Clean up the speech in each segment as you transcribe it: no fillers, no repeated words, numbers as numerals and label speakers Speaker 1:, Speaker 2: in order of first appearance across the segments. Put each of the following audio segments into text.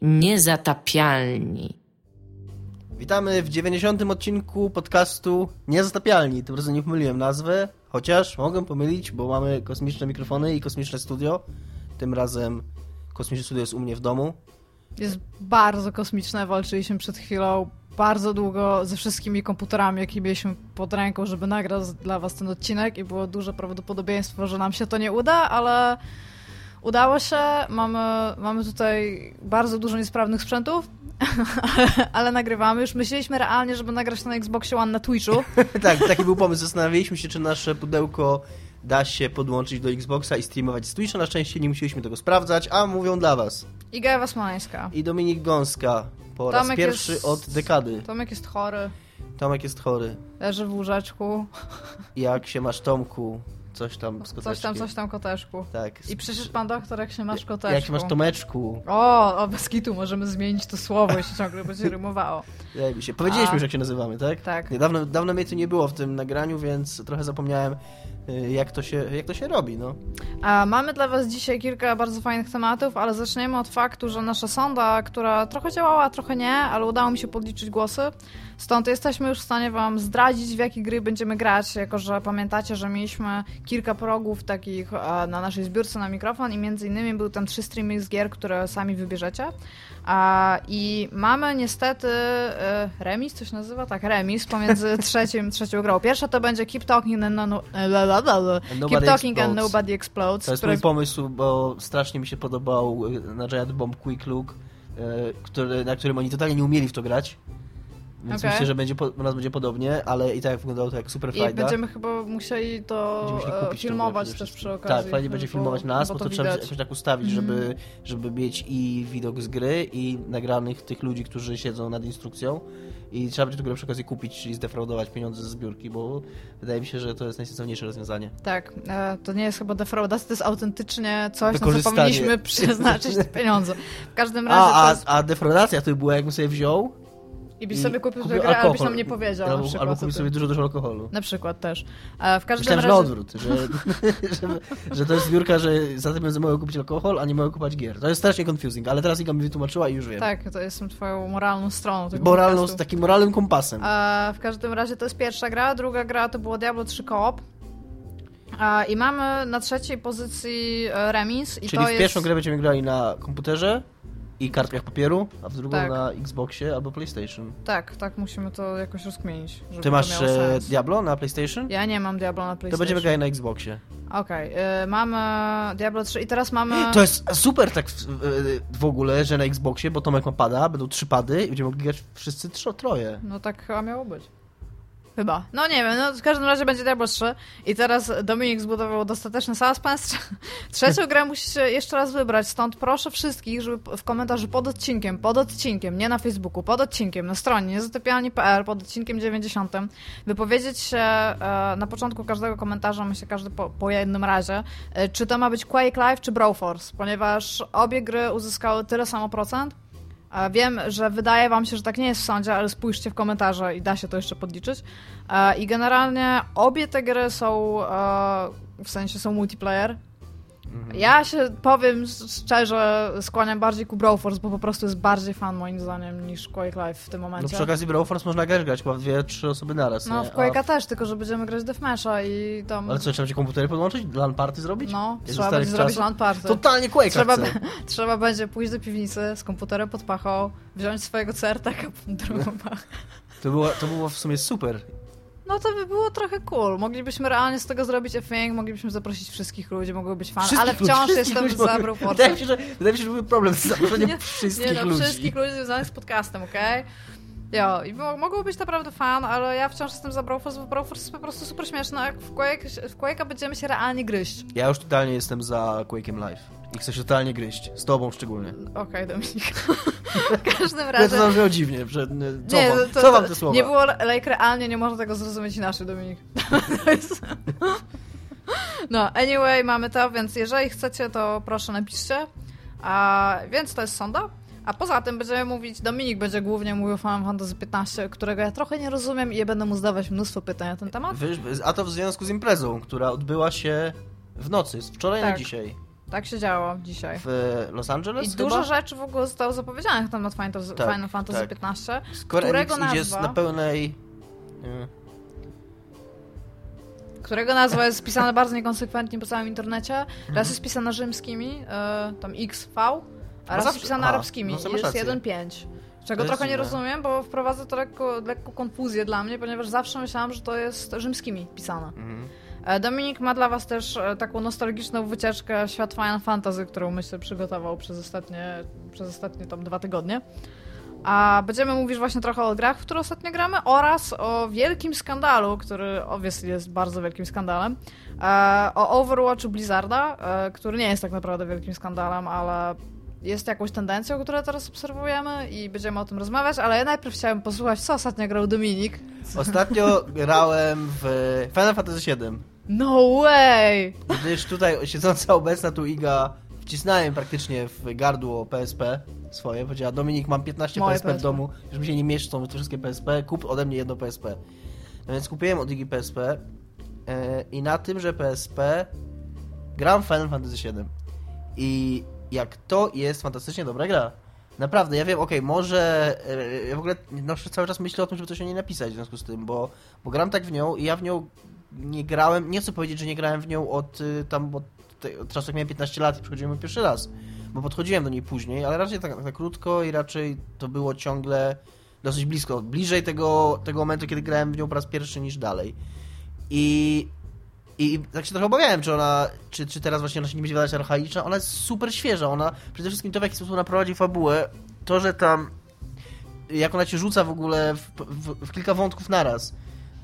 Speaker 1: Niezatapialni.
Speaker 2: Witamy w 90. odcinku podcastu Niezatapialni. Tym razem nie pomyliłem nazwy, chociaż mogę pomylić, bo mamy kosmiczne mikrofony i kosmiczne studio. Tym razem kosmiczne studio jest u mnie w domu.
Speaker 3: Jest bardzo kosmiczne, walczyliśmy przed chwilą bardzo długo ze wszystkimi komputerami, jakie mieliśmy pod ręką, żeby nagrać dla was ten odcinek i było duże prawdopodobieństwo, że nam się to nie uda, ale udało się. Mamy tutaj bardzo dużo niesprawnych sprzętów, ale nagrywamy. Już myśleliśmy realnie, żeby nagrać na Xboxie One na Twitchu.
Speaker 2: Tak, taki był pomysł. Zastanawialiśmy się, czy nasze pudełko da się podłączyć do Xboxa i streamować z Twitcha. Na szczęście nie musieliśmy tego sprawdzać, a mówią dla was
Speaker 3: Iga Ewa-Smoleńska
Speaker 2: i Dominik Gąska po raz pierwszy od dekady.
Speaker 3: Tomek jest chory.
Speaker 2: Tomek jest chory.
Speaker 3: Leży w łóżeczku.
Speaker 2: Jak się masz, Tomku? Coś tam z koteczkiem.
Speaker 3: Coś tam, koteczku.
Speaker 2: Tak.
Speaker 3: I przyszedł pan doktor, jak się masz, koteczku.
Speaker 2: Jak się masz, Tomeczku?
Speaker 3: O, bez kitu, możemy zmienić to słowo, jeśli ciągle będzie rymowało.
Speaker 2: Powiedzieliśmy już, jak się nazywamy, tak?
Speaker 3: Tak.
Speaker 2: Dawno mnie tu nie było w tym nagraniu, więc trochę zapomniałem, jak to się robi, no.
Speaker 3: A mamy dla was dzisiaj kilka bardzo fajnych tematów, ale zaczniemy od faktu, że nasza sonda, która trochę działała, a trochę nie, ale udało mi się podliczyć głosy. Stąd jesteśmy już w stanie wam zdradzić, w jakie gry będziemy grać, jako że pamiętacie, że mieliśmy kilka progów takich na naszej zbiórce na mikrofon i między innymi były tam 3 streamy z gier, które sami wybierzecie. I mamy niestety remis, coś nazywa? Tak, remis pomiędzy trzecią grą. Pierwsza to będzie Keep Talking and Nobody Explodes.
Speaker 2: To jest mój pomysł, bo strasznie mi się podobał na Giant Bomb Quick Look, na którym oni totalnie nie umieli w to grać. Więc myślę, że u nas będzie podobnie, ale i tak wyglądało to jak Super Flight.
Speaker 3: I będziemy chyba musieli to filmować też przy okazji.
Speaker 2: Tak, fajnie będzie filmować nas, bo to trzeba jakoś tak ustawić, żeby mieć i widok z gry, i nagranych tych ludzi, którzy siedzą nad instrukcją. I trzeba będzie tego przy okazji kupić i zdefraudować pieniądze ze zbiórki, bo wydaje mi się, że to jest najsensowniejsze rozwiązanie.
Speaker 3: Tak, to nie jest chyba defraudacja, to jest autentycznie coś, na co powinniśmy przeznaczyć te pieniądze. W każdym razie
Speaker 2: a defraudacja to by była, jakbym sobie wziął
Speaker 3: i byś sobie kupił tę grę, ale byś nam nie powiedział.
Speaker 2: Albo kupił sobie dużo alkoholu.
Speaker 3: Na przykład też. W każdym
Speaker 2: Myślałem,
Speaker 3: razie...
Speaker 2: że na odwrót, że to jest zbiórka, że za tym mogę kupić alkohol, a nie mogę kupować gier. To jest strasznie confusing, ale teraz Iga mi wytłumaczyła i już wiem.
Speaker 3: Tak, to jestem twoją moralną stroną tego
Speaker 2: takim moralnym kompasem.
Speaker 3: W każdym razie to jest pierwsza gra. Druga gra to było Diablo 3 Co-op. I mamy na trzeciej pozycji remis.
Speaker 2: Czyli w pierwszą grę będziemy grali na komputerze i kartkach papieru, a w drugą na Xboxie albo PlayStation.
Speaker 3: Tak, musimy to jakoś rozkminić.
Speaker 2: Ty masz Diablo na PlayStation?
Speaker 3: Ja nie mam Diablo na PlayStation.
Speaker 2: To będziemy grali na Xboxie.
Speaker 3: Okej, mamy Diablo 3 i teraz mamy...
Speaker 2: To jest super tak w ogóle, że na Xboxie, bo Tomek ma pada, będą 3 pady i będziemy mogli grać wszyscy troje.
Speaker 3: No tak chyba miało być. Chyba. No nie wiem, w każdym razie będzie Diablo 3 i teraz Dominik zbudował dostateczny suspense. Trzecią grę musicie jeszcze raz wybrać, stąd proszę wszystkich, żeby w komentarzu pod odcinkiem, nie na Facebooku, pod odcinkiem, na stronie niezatapialni.pl, pod odcinkiem 90, wypowiedzieć się na początku każdego komentarza, myślę każdy po jednym razie, czy to ma być Quake Live czy Broforce, ponieważ obie gry uzyskały tyle samo procent. Wiem, że wydaje wam się, że tak nie jest w sądzie, ale spójrzcie w komentarze i da się to jeszcze podliczyć. I generalnie obie te gry są, w sensie są multiplayer. Ja się, powiem szczerze, skłaniam bardziej ku Broforce, bo po prostu jest bardziej fan moim zdaniem niż Quake Live w tym momencie.
Speaker 2: No przy okazji Broforce można grać chyba 2-3 osoby naraz.
Speaker 3: No w Quake'a też, tylko że będziemy grać Deathmatcha i tam...
Speaker 2: Ale co, trzeba będzie komputery podłączyć? LAN party zrobić?
Speaker 3: No, trzeba będzie zrobić LAN party.
Speaker 2: Totalnie Quake'a
Speaker 3: trzeba będzie pójść do piwnicy z komputerem pod pachą, wziąć swojego certaka pod drugą pachę.
Speaker 2: To było w sumie super.
Speaker 3: No to by było trochę cool. Moglibyśmy realnie z tego zrobić a thing, moglibyśmy zaprosić wszystkich ludzi, mogłoby być fan, ale wciąż jestem za Broforce.
Speaker 2: Wydaje mi się, że byłby problem z zaproszeniem wszystkich ludzi.
Speaker 3: Wszystkich ludzi związanych z podcastem, okej? Jo, i mogło być naprawdę fan, ale ja wciąż jestem za Broforce, bo Broforce jest po prostu super śmieszne, jak w Quake'a będziemy się realnie gryźć.
Speaker 2: Ja już totalnie jestem za Quake'em Live. I chcę się totalnie gryźć. Z tobą szczególnie.
Speaker 3: Okej, Dominik. W każdym razie...
Speaker 2: To zabrzmiało dziwnie. Co wam te słowa?
Speaker 3: Nie było realnie, nie można tego zrozumieć inaczej, Dominik. No, anyway, mamy to, więc jeżeli chcecie, to proszę napiszcie. Więc to jest sonda. A poza tym będziemy mówić, Dominik będzie głównie mówił o Final Fantasy XV, którego ja trochę nie rozumiem i ja będę mu zadawać mnóstwo pytań na ten temat.
Speaker 2: A to w związku z imprezą, która odbyła się w nocy, z wczoraj na dzisiaj.
Speaker 3: Tak się działo dzisiaj.
Speaker 2: W Los Angeles
Speaker 3: I
Speaker 2: chyba?
Speaker 3: dużo rzeczy w ogóle zostało zapowiedzianych tam nad Final Fantasy XV.
Speaker 2: Square Enix idzie na pełnej...
Speaker 3: Którego nazwa jest pisana bardzo niekonsekwentnie po całym internecie. Raz jest pisana rzymskimi, tam XV, a raz jest pisana arabskimi. Jest 1.5. Czego trochę nie rozumiem, bo wprowadza to lekko konfuzję dla mnie, ponieważ zawsze myślałam, że to jest rzymskimi pisane. Dominik ma dla was też taką nostalgiczną wycieczkę w świat Final Fantasy, którą myślę przygotował przez ostatnie tam 2 tygodnie. A będziemy mówić właśnie trochę o grach, w które ostatnio gramy, oraz o wielkim skandalu, który obviously jest bardzo wielkim skandalem, o Overwatchu Blizzarda, który nie jest tak naprawdę wielkim skandalem, ale jest jakąś tendencją, którą teraz obserwujemy i będziemy o tym rozmawiać, ale ja najpierw chciałem posłuchać, co ostatnio grał Dominik.
Speaker 2: Ostatnio grałem w Final Fantasy VII.
Speaker 3: No way!
Speaker 2: Gdyż tutaj siedząca obecna tu Iga wcisnąłem praktycznie w gardło PSP swoje. Powiedziała, Dominik, mam 15 PSP w domu, już mi się nie mieszczą te wszystkie PSP, kup ode mnie jedno PSP. No więc kupiłem od Igi PSP i na tymże PSP gram w Final Fantasy VII. I jak to jest fantastycznie dobra gra. Naprawdę, ja wiem, może... Ja w ogóle cały czas myślę o tym, żeby coś o niej napisać w związku z tym, bo gram tak w nią i ja w nią nie grałem, nie chcę powiedzieć, że nie grałem w nią od czasu, jak miałem 15 lat i przychodziłem pierwszy raz, bo podchodziłem do niej później, ale raczej tak krótko i raczej to było ciągle dosyć blisko, bliżej tego momentu, kiedy grałem w nią po raz pierwszy niż dalej. I tak się trochę obawiałem, czy teraz właśnie ona się nie będzie wydać archaiczna. Ona jest super świeża, ona przede wszystkim to, w jaki sposób ona prowadzi fabułę, to, że tam jak ona cię rzuca w ogóle w kilka wątków naraz.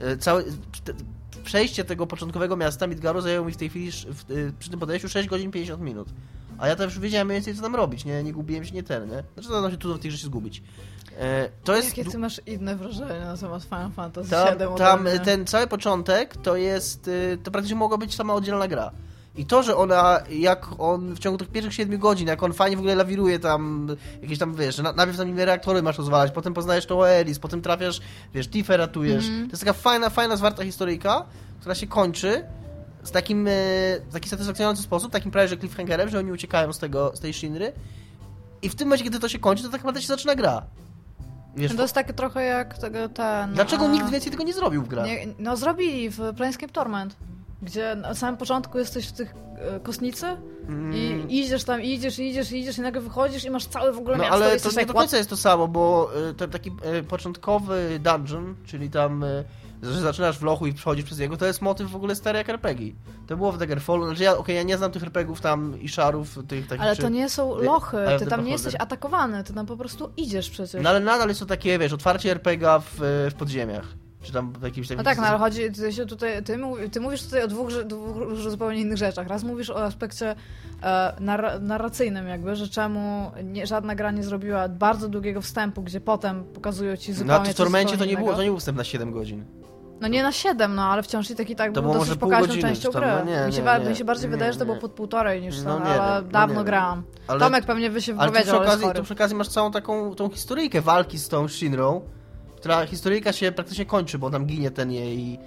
Speaker 2: Przejście tego początkowego miasta Midgaru zajęło mi w tej chwili przy tym podejściu 6 godzin 50 minut. A ja też wiedziałem mniej więcej, co tam robić, nie gubiłem się, nie. Znaczy, no się trudno w tych rzeczy zgubić. To jest...
Speaker 3: Jakie ty masz inne wrażenie na temat Final Fantasy VII?
Speaker 2: Tam ten cały początek to praktycznie mogła być sama oddzielna gra. I to, że on w ciągu tych pierwszych 7 godzin, jak on fajnie w ogóle lawiruje tam, jakieś tam, wiesz, najpierw tam reaktory masz rozwalać, potem poznajesz tą Elis, potem trafiasz, wiesz, Tiffę ratujesz. To jest taka fajna, zwarta historyjka, która się kończy w taki satysfakcjonujący sposób, takim prawie że cliffhangerem, że oni uciekają z tej Shinry. I w tym momencie, kiedy to się kończy, to tak naprawdę się zaczyna gra. Wiesz,
Speaker 3: to jest takie trochę jak ten...
Speaker 2: Dlaczego nikt więcej tego nie zrobił w grach?
Speaker 3: Zrobili w Planescape Torment, gdzie na samym początku jesteś w tych kostnicy i idziesz tam, idziesz i nagle wychodzisz i masz cały w ogóle miasto.
Speaker 2: Ale to nie do końca jest to samo, bo ten taki początkowy dungeon, czyli tam, że zaczynasz w lochu i przechodzisz przez niego, to jest motyw w ogóle stary jak RPG. To było w Daggerfallu. Znaczy ja nie znam tych RPGów tam i szarów, tych takich...
Speaker 3: Ale to nie są lochy, ty tam nie jesteś atakowany, ty tam po prostu idziesz przecież.
Speaker 2: No ale nadal jest to takie, wiesz, otwarcie RPGa w podziemiach. Czy tam w jakimś takim...
Speaker 3: No tak, no ale chodzi, ty mówisz tutaj o dwóch zupełnie innych rzeczach. Raz mówisz o aspekcie narracyjnym jakby, że czemu żadna gra nie zrobiła bardzo długiego wstępu, gdzie potem pokazują ci zupełnie coś.
Speaker 2: W Tormencie to nie był wstęp na 7 godzin.
Speaker 3: No nie na 7, ale wciąż i tak był dosyć pokaźną częścią gry. Mi się bardziej wydaje, że to było pod 1,5 niż to, ale dawno grałam. Ale Tomek pewnie by się wypowiedział, ale
Speaker 2: tu przy okazji masz całą tą historyjkę walki z tą Shinrą, która historyjka się praktycznie kończy, bo tam ginie ten jej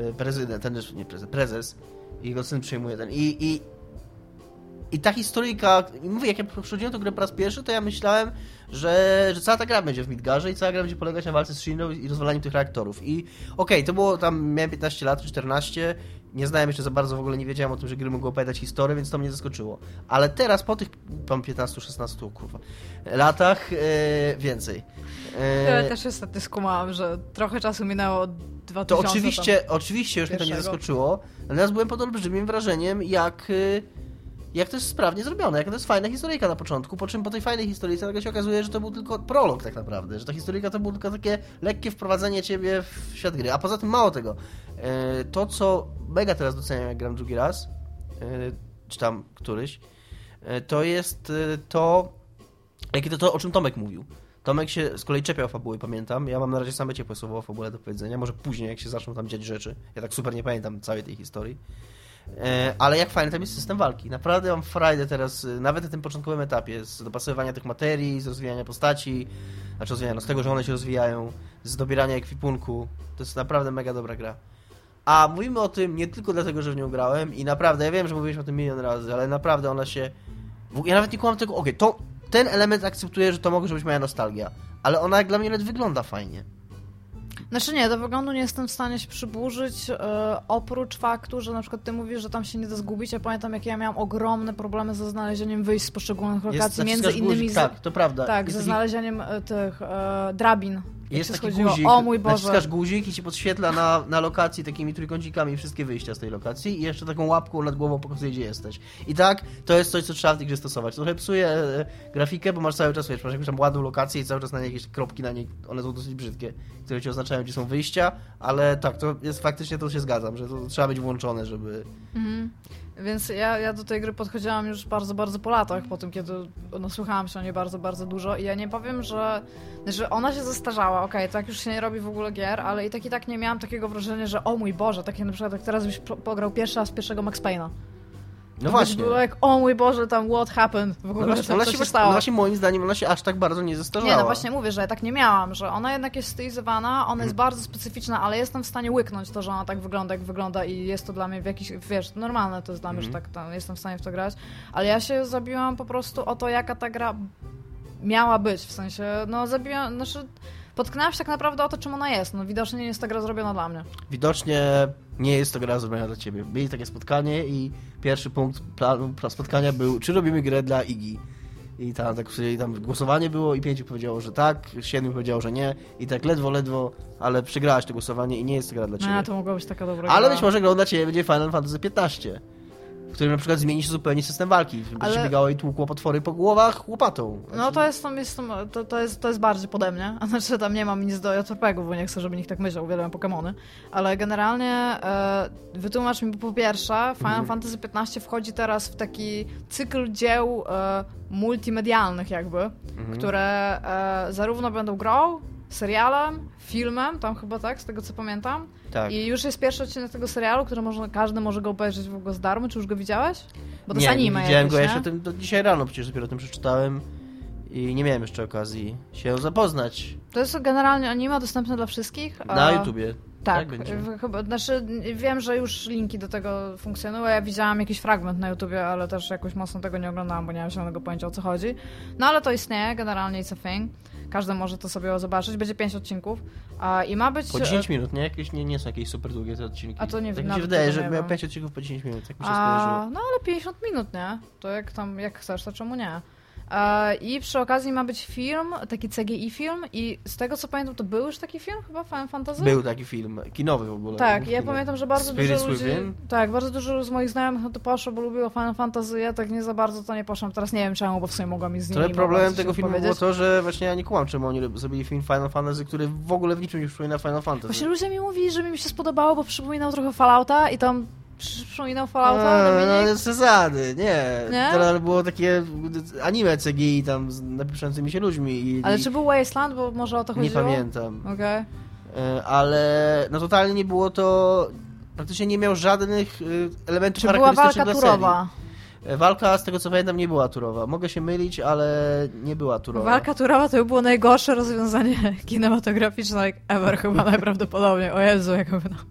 Speaker 2: prezes i jego syn przejmuje ten. I ta historyjka, mówię, jak ja przechodziłem tę grę po raz pierwszy, to ja myślałem, że cała ta gra będzie w Midgarze i cała gra będzie polegać na walce z Shinrą i rozwalaniem tych reaktorów. I to było tam, miałem 15 lat, 14, nie znałem jeszcze za bardzo, w ogóle nie wiedziałem o tym, że gry mogą opowiadać historię, więc to mnie zaskoczyło. Ale teraz, po tych 15-16 latach, więcej.
Speaker 3: Ja też ostatnio skumałam, że trochę czasu minęło od 2000.
Speaker 2: To oczywiście już mnie to nie zaskoczyło, natomiast byłem pod olbrzymim wrażeniem, jak to jest sprawnie zrobione, jak to jest fajna historyjka na początku, po czym po tej fajnej historyjce nagle się okazuje, że to był tylko prolog tak naprawdę, że ta historyjka to było tylko takie lekkie wprowadzenie ciebie w świat gry, a poza tym mało tego. To, co mega teraz doceniam, jak gram drugi raz, czy tam któryś, to jest to, o czym Tomek mówił. Tomek się z kolei czepiał fabuły, pamiętam. Ja mam na razie same ciepłe słowo o fabule do powiedzenia, może później, jak się zaczną tam dziać rzeczy. Ja tak super nie pamiętam całej tej historii. Ale jak fajny tam jest system walki. Naprawdę mam frajdę teraz, nawet na tym początkowym etapie, z dopasowywania tych materii, z rozwijania postaci, z tego, że one się rozwijają, z dobierania ekwipunku. To jest naprawdę mega dobra gra. A mówimy o tym nie tylko dlatego, że w nią grałem i naprawdę, ja wiem, że mówiliśmy o tym milion razy, ale naprawdę ona się... Ja nawet nie kłamam tego, ten element akceptuję, że to może być moja nostalgia, ale ona jak dla mnie nawet wygląda fajnie.
Speaker 3: Znaczy nie, do wyglądu nie jestem w stanie się przyburzyć, oprócz faktu, że na przykład ty mówisz, że tam się nie da zgubić. Ja pamiętam, jakie ja miałam ogromne problemy ze znalezieniem wyjść z poszczególnych lokacji, między innymi
Speaker 2: guzik, tak, to prawda.
Speaker 3: Tak, ze znalezieniem tych drabin.
Speaker 2: Jest taki guzik,
Speaker 3: o mój Boże.
Speaker 2: Naciskasz guzik i ci podświetla na lokacji takimi trójkącikami wszystkie wyjścia z tej lokacji i jeszcze taką łapką nad głową pokazuje, gdzie jesteś. I tak, to jest coś, co trzeba w tej grze stosować. To trochę psuje grafikę, bo masz cały czas, masz jakąś tam ładną lokację i cały czas na niej jakieś kropki na niej, one są dosyć brzydkie, które ci oznaczają, gdzie są wyjścia, ale tak, to jest faktycznie, to się zgadzam, że to trzeba być włączone, żeby...
Speaker 3: Więc ja do tej gry podchodziłam już bardzo, bardzo po latach, po tym, kiedy słuchałam się o niej bardzo, bardzo dużo i ja nie powiem, że ona się zestarzała, okej, tak już się nie robi w ogóle gier, ale i tak nie miałam takiego wrażenia, że o mój Boże, takie na przykład jak teraz byś pograł pierwszy raz pierwszego Max Payne'a.
Speaker 2: No właśnie.
Speaker 3: Było jak, o mój Boże, tam what happened? W ogóle co się stało.
Speaker 2: No właśnie moim zdaniem ona się aż tak bardzo nie zestarzała.
Speaker 3: Nie, no właśnie mówię, że ja tak nie miałam, że ona jednak jest stylizowana, ona jest bardzo specyficzna, ale jestem w stanie łyknąć to, że ona tak wygląda, jak wygląda i jest to dla mnie w jakiś, wiesz, normalne to jest dla mnie, że tak tam jestem w stanie w to grać, ale ja się zabiłam po prostu o to, jaka ta gra miała być, w sensie, potknęłam się tak naprawdę o to, czym ona jest. No widocznie nie jest ta gra zrobiona dla mnie.
Speaker 2: Widocznie nie jest to gra zrobiona dla ciebie. Byli takie spotkanie i pierwszy punkt planu spotkania był, czy robimy grę dla Iggy. I tam głosowanie było i 5 powiedziało, że tak, 7 powiedziało, że nie. I tak ledwo, ale przegrałaś to głosowanie i nie jest to gra dla ciebie.
Speaker 3: No, to mogła być taka dobra gra.
Speaker 2: Ale być może grą dla ciebie będzie Final Fantasy XV. W którym na przykład zmieni się zupełnie system walki. Będzie biegało i tłukło potwory po głowach łopatą.
Speaker 3: No to jest bardziej pode mnie. Znaczy tam nie mam nic do JRPG-ów, bo nie chcę, żeby nikt tak myślał, uwielbiam Pokemony. Ale generalnie wytłumacz mi, bo po pierwsze Final Fantasy XV wchodzi teraz w taki cykl dzieł multimedialnych jakby, które zarówno będą grą, serialem, filmem, tam chyba tak, z tego co pamiętam.
Speaker 2: Tak.
Speaker 3: I już jest pierwszy odcinek tego serialu, który każdy może go obejrzeć w ogóle z darmo. Czy już go widziałeś? Bo to jest anime.
Speaker 2: Nie widziałem go jeszcze dzisiaj rano, przecież dopiero o tym przeczytałem i nie miałem jeszcze okazji się zapoznać.
Speaker 3: To jest generalnie anime dostępne dla wszystkich.
Speaker 2: Na YouTubie.
Speaker 3: Tak, chyba, wiem, że już linki do tego funkcjonują. Ja widziałam jakiś fragment na YouTubie, ale też jakoś mocno tego nie oglądałam, bo nie mam żadnego pojęcia, o co chodzi. No ale to istnieje, generalnie it's a thing. Każdy może to sobie zobaczyć. Będzie 5 odcinków. I ma być...
Speaker 2: Po 10 minut, nie? Nie są jakieś super długie te odcinki.
Speaker 3: A to nie wiem.
Speaker 2: Tak mi się wydaje, że miał 5 odcinków po 10 minut, tak mi się skojarzyło.
Speaker 3: No ale 50 minut, nie? To jak chcesz, to czemu nie? I przy okazji ma być film, taki CGI film i z tego co pamiętam, to był już taki film chyba Final Fantasy?
Speaker 2: Był taki film, kinowy w ogóle.
Speaker 3: Tak, ja pamiętam, że bardzo dużo ludzi... Tak, bardzo dużo z moich znajomych na to poszło, bo lubiło Final Fantasy, ja tak nie za bardzo to nie poszłam. Teraz nie wiem czemu, bo w sumie mogłam mi z nimi...
Speaker 2: Ale problemem tego filmu było to, że właśnie ja nie kłamam, czemu oni zrobili film Final Fantasy, który w ogóle w niczym nie przypomina Final Fantasy.
Speaker 3: Właśnie ludzie mi mówili, że mi się spodobało, bo przypominał trochę Fallouta i tam przypominał Fallouta,
Speaker 2: no jest przesady, nie? Teraz było takie anime CGI tam z napiszczącymi się ludźmi.
Speaker 3: Ale czy był Wasteland, bo może o to chodziło?
Speaker 2: Nie pamiętam.
Speaker 3: Okej.
Speaker 2: Ale no totalnie nie było to... Praktycznie nie miał żadnych elementów
Speaker 3: czy charakterystycznych dla
Speaker 2: serii. Była walka turowa? Walka, z tego co pamiętam, nie była turowa. Mogę się mylić, ale nie była turowa.
Speaker 3: Walka turowa to by było najgorsze rozwiązanie kinematograficzne ever chyba najprawdopodobniej. O Jezu, jakby no.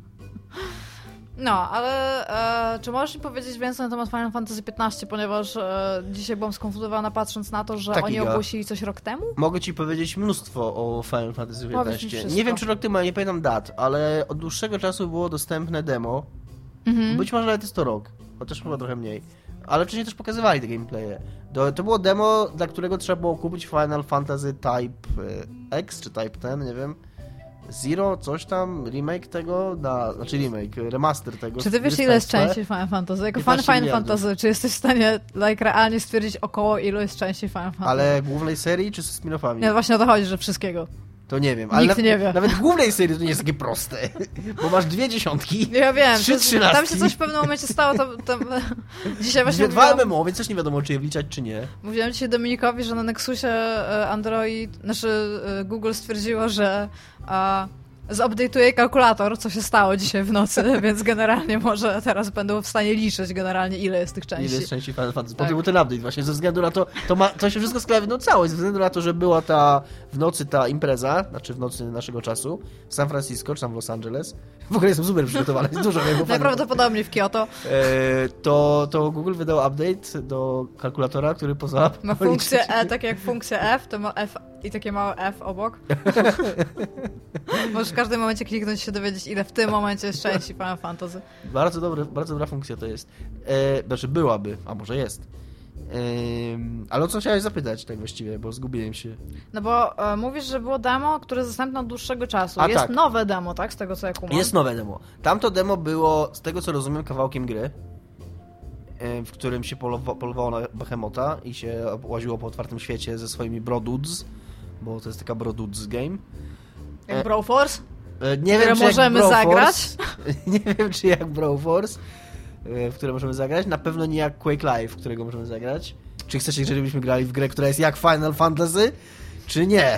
Speaker 3: No, ale czy możesz mi powiedzieć więcej na temat Final Fantasy XV, ponieważ dzisiaj byłam skonfundowana patrząc na to, że oni ogłosili coś rok temu?
Speaker 2: Mogę ci powiedzieć mnóstwo o Final Fantasy XV. Nie wiem, czy rok temu, ja nie pamiętam dat, ale od dłuższego czasu było dostępne demo. Być może nawet jest to rok, chociaż chyba trochę mniej. Ale wcześniej też pokazywali te gameplaye. To było demo, dla którego trzeba było kupić Final Fantasy Type X czy Type 10, nie wiem. Zero, coś tam, remake tego, remaster tego.
Speaker 3: Czy ty wiesz, ile jest części Final Fantasy? Jako fan Final Fantasy, czy jesteś w stanie realnie stwierdzić około ilu jest części Final Fantasy?
Speaker 2: Ale głównej serii, czy ze spin-offami?
Speaker 3: Nie, właśnie o to chodzi, że wszystkiego.
Speaker 2: To nie wiem, ale
Speaker 3: nikt nie wie.
Speaker 2: Nawet w głównej serii to nie jest takie proste, bo masz 2 dziesiątki,
Speaker 3: ja wiem,
Speaker 2: 3 trzynastki.
Speaker 3: Tam się coś w pewnym momencie stało, dzisiaj właśnie
Speaker 2: 2 MMO, więc też nie wiadomo, czy je wliczać, czy nie.
Speaker 3: Mówiłam dzisiaj Dominikowi, że na Nexusie Android, Google stwierdziło, że zupdate'uje kalkulator, co się stało dzisiaj w nocy, więc generalnie może teraz będą w stanie liczyć generalnie, ile jest tych części.
Speaker 2: Ile jest części Final Fantasy. Potem był ten update właśnie, ze względu na to, to się wszystko skleja w jedną całość, ze względu na to, że była w nocy ta impreza, znaczy w nocy naszego czasu, w San Francisco, czy tam w Los Angeles. W ogóle jestem super przygotowany, jest dużo wiem.
Speaker 3: Najprawdopodobniej w Kyoto.
Speaker 2: To Google wydał update do kalkulatora, który pozwala...
Speaker 3: Ma funkcję E, tak jak funkcja F, to ma F i takie małe F obok. Możesz w każdym momencie kliknąć się dowiedzieć, ile w tym momencie jest części Final Fantasy.
Speaker 2: Bardzo dobra funkcja to jest. Znaczy byłaby, a może jest. Ale o co chciałeś zapytać tak właściwie, bo zgubiłem się.
Speaker 3: No bo mówisz, że było demo, które jest dostępne od dłuższego czasu.
Speaker 2: A
Speaker 3: jest
Speaker 2: tak.
Speaker 3: nowe demo, tak? Z tego co ja kumam.
Speaker 2: Jest nowe demo. Tamto demo było, z tego co rozumiem, kawałkiem gry, w którym się polowało na Behemota i się łaziło po otwartym świecie ze swoimi Brodudes, bo to jest taka Brodudes game.
Speaker 3: Jak Broforce?
Speaker 2: Nie wiem, czy
Speaker 3: możemy
Speaker 2: jak
Speaker 3: zagrać.
Speaker 2: Nie wiem, czy jak Broforce, w które możemy zagrać. Na pewno nie jak Quake Live, którego możemy zagrać. Czy chcecie, żebyśmy grali w grę, która jest jak Final Fantasy, czy nie?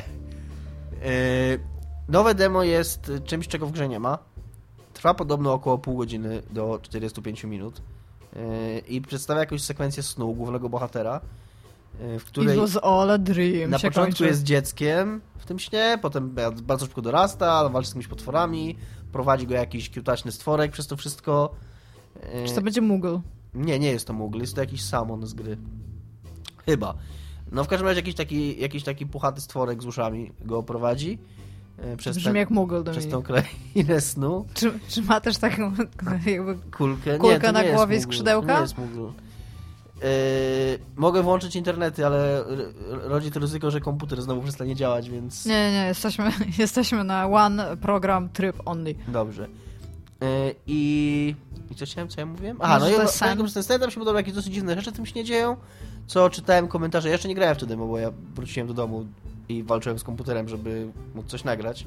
Speaker 2: Nowe demo jest czymś, czego w grze nie ma. Trwa podobno około pół godziny do 45 minut. I przedstawia jakąś sekwencję snu głównego bohatera, w której
Speaker 3: It was all a dream.
Speaker 2: na początku jest dzieckiem w tym śnie, potem bardzo szybko dorasta, walczy z jakimiś potworami, prowadzi go jakiś kiutaśny stworek przez to wszystko.
Speaker 3: Czy to będzie Moogle?
Speaker 2: Nie jest to Moogle, jest to jakiś Samon z gry. Chyba. No w każdym razie jakiś taki puchaty stworek z uszami go prowadzi.
Speaker 3: Brzmi jak Moogle do
Speaker 2: przez tą krainę snu.
Speaker 3: Czy ma też taką jakby
Speaker 2: kulkę
Speaker 3: na głowie i skrzydełka?
Speaker 2: To nie jest Moogle. Mogę włączyć internety, ale rodzi to ryzyko, że komputer znowu przestanie działać, więc...
Speaker 3: Nie, jesteśmy na one program tryb only.
Speaker 2: Dobrze. I co ja mówiłem? Aha, no i przez ten sen tam się podoba jakieś dosyć dziwne rzeczy w tym się nie dzieją, co czytałem komentarze. Ja jeszcze nie grałem w to demo, bo ja wróciłem do domu i walczyłem z komputerem, żeby móc coś nagrać.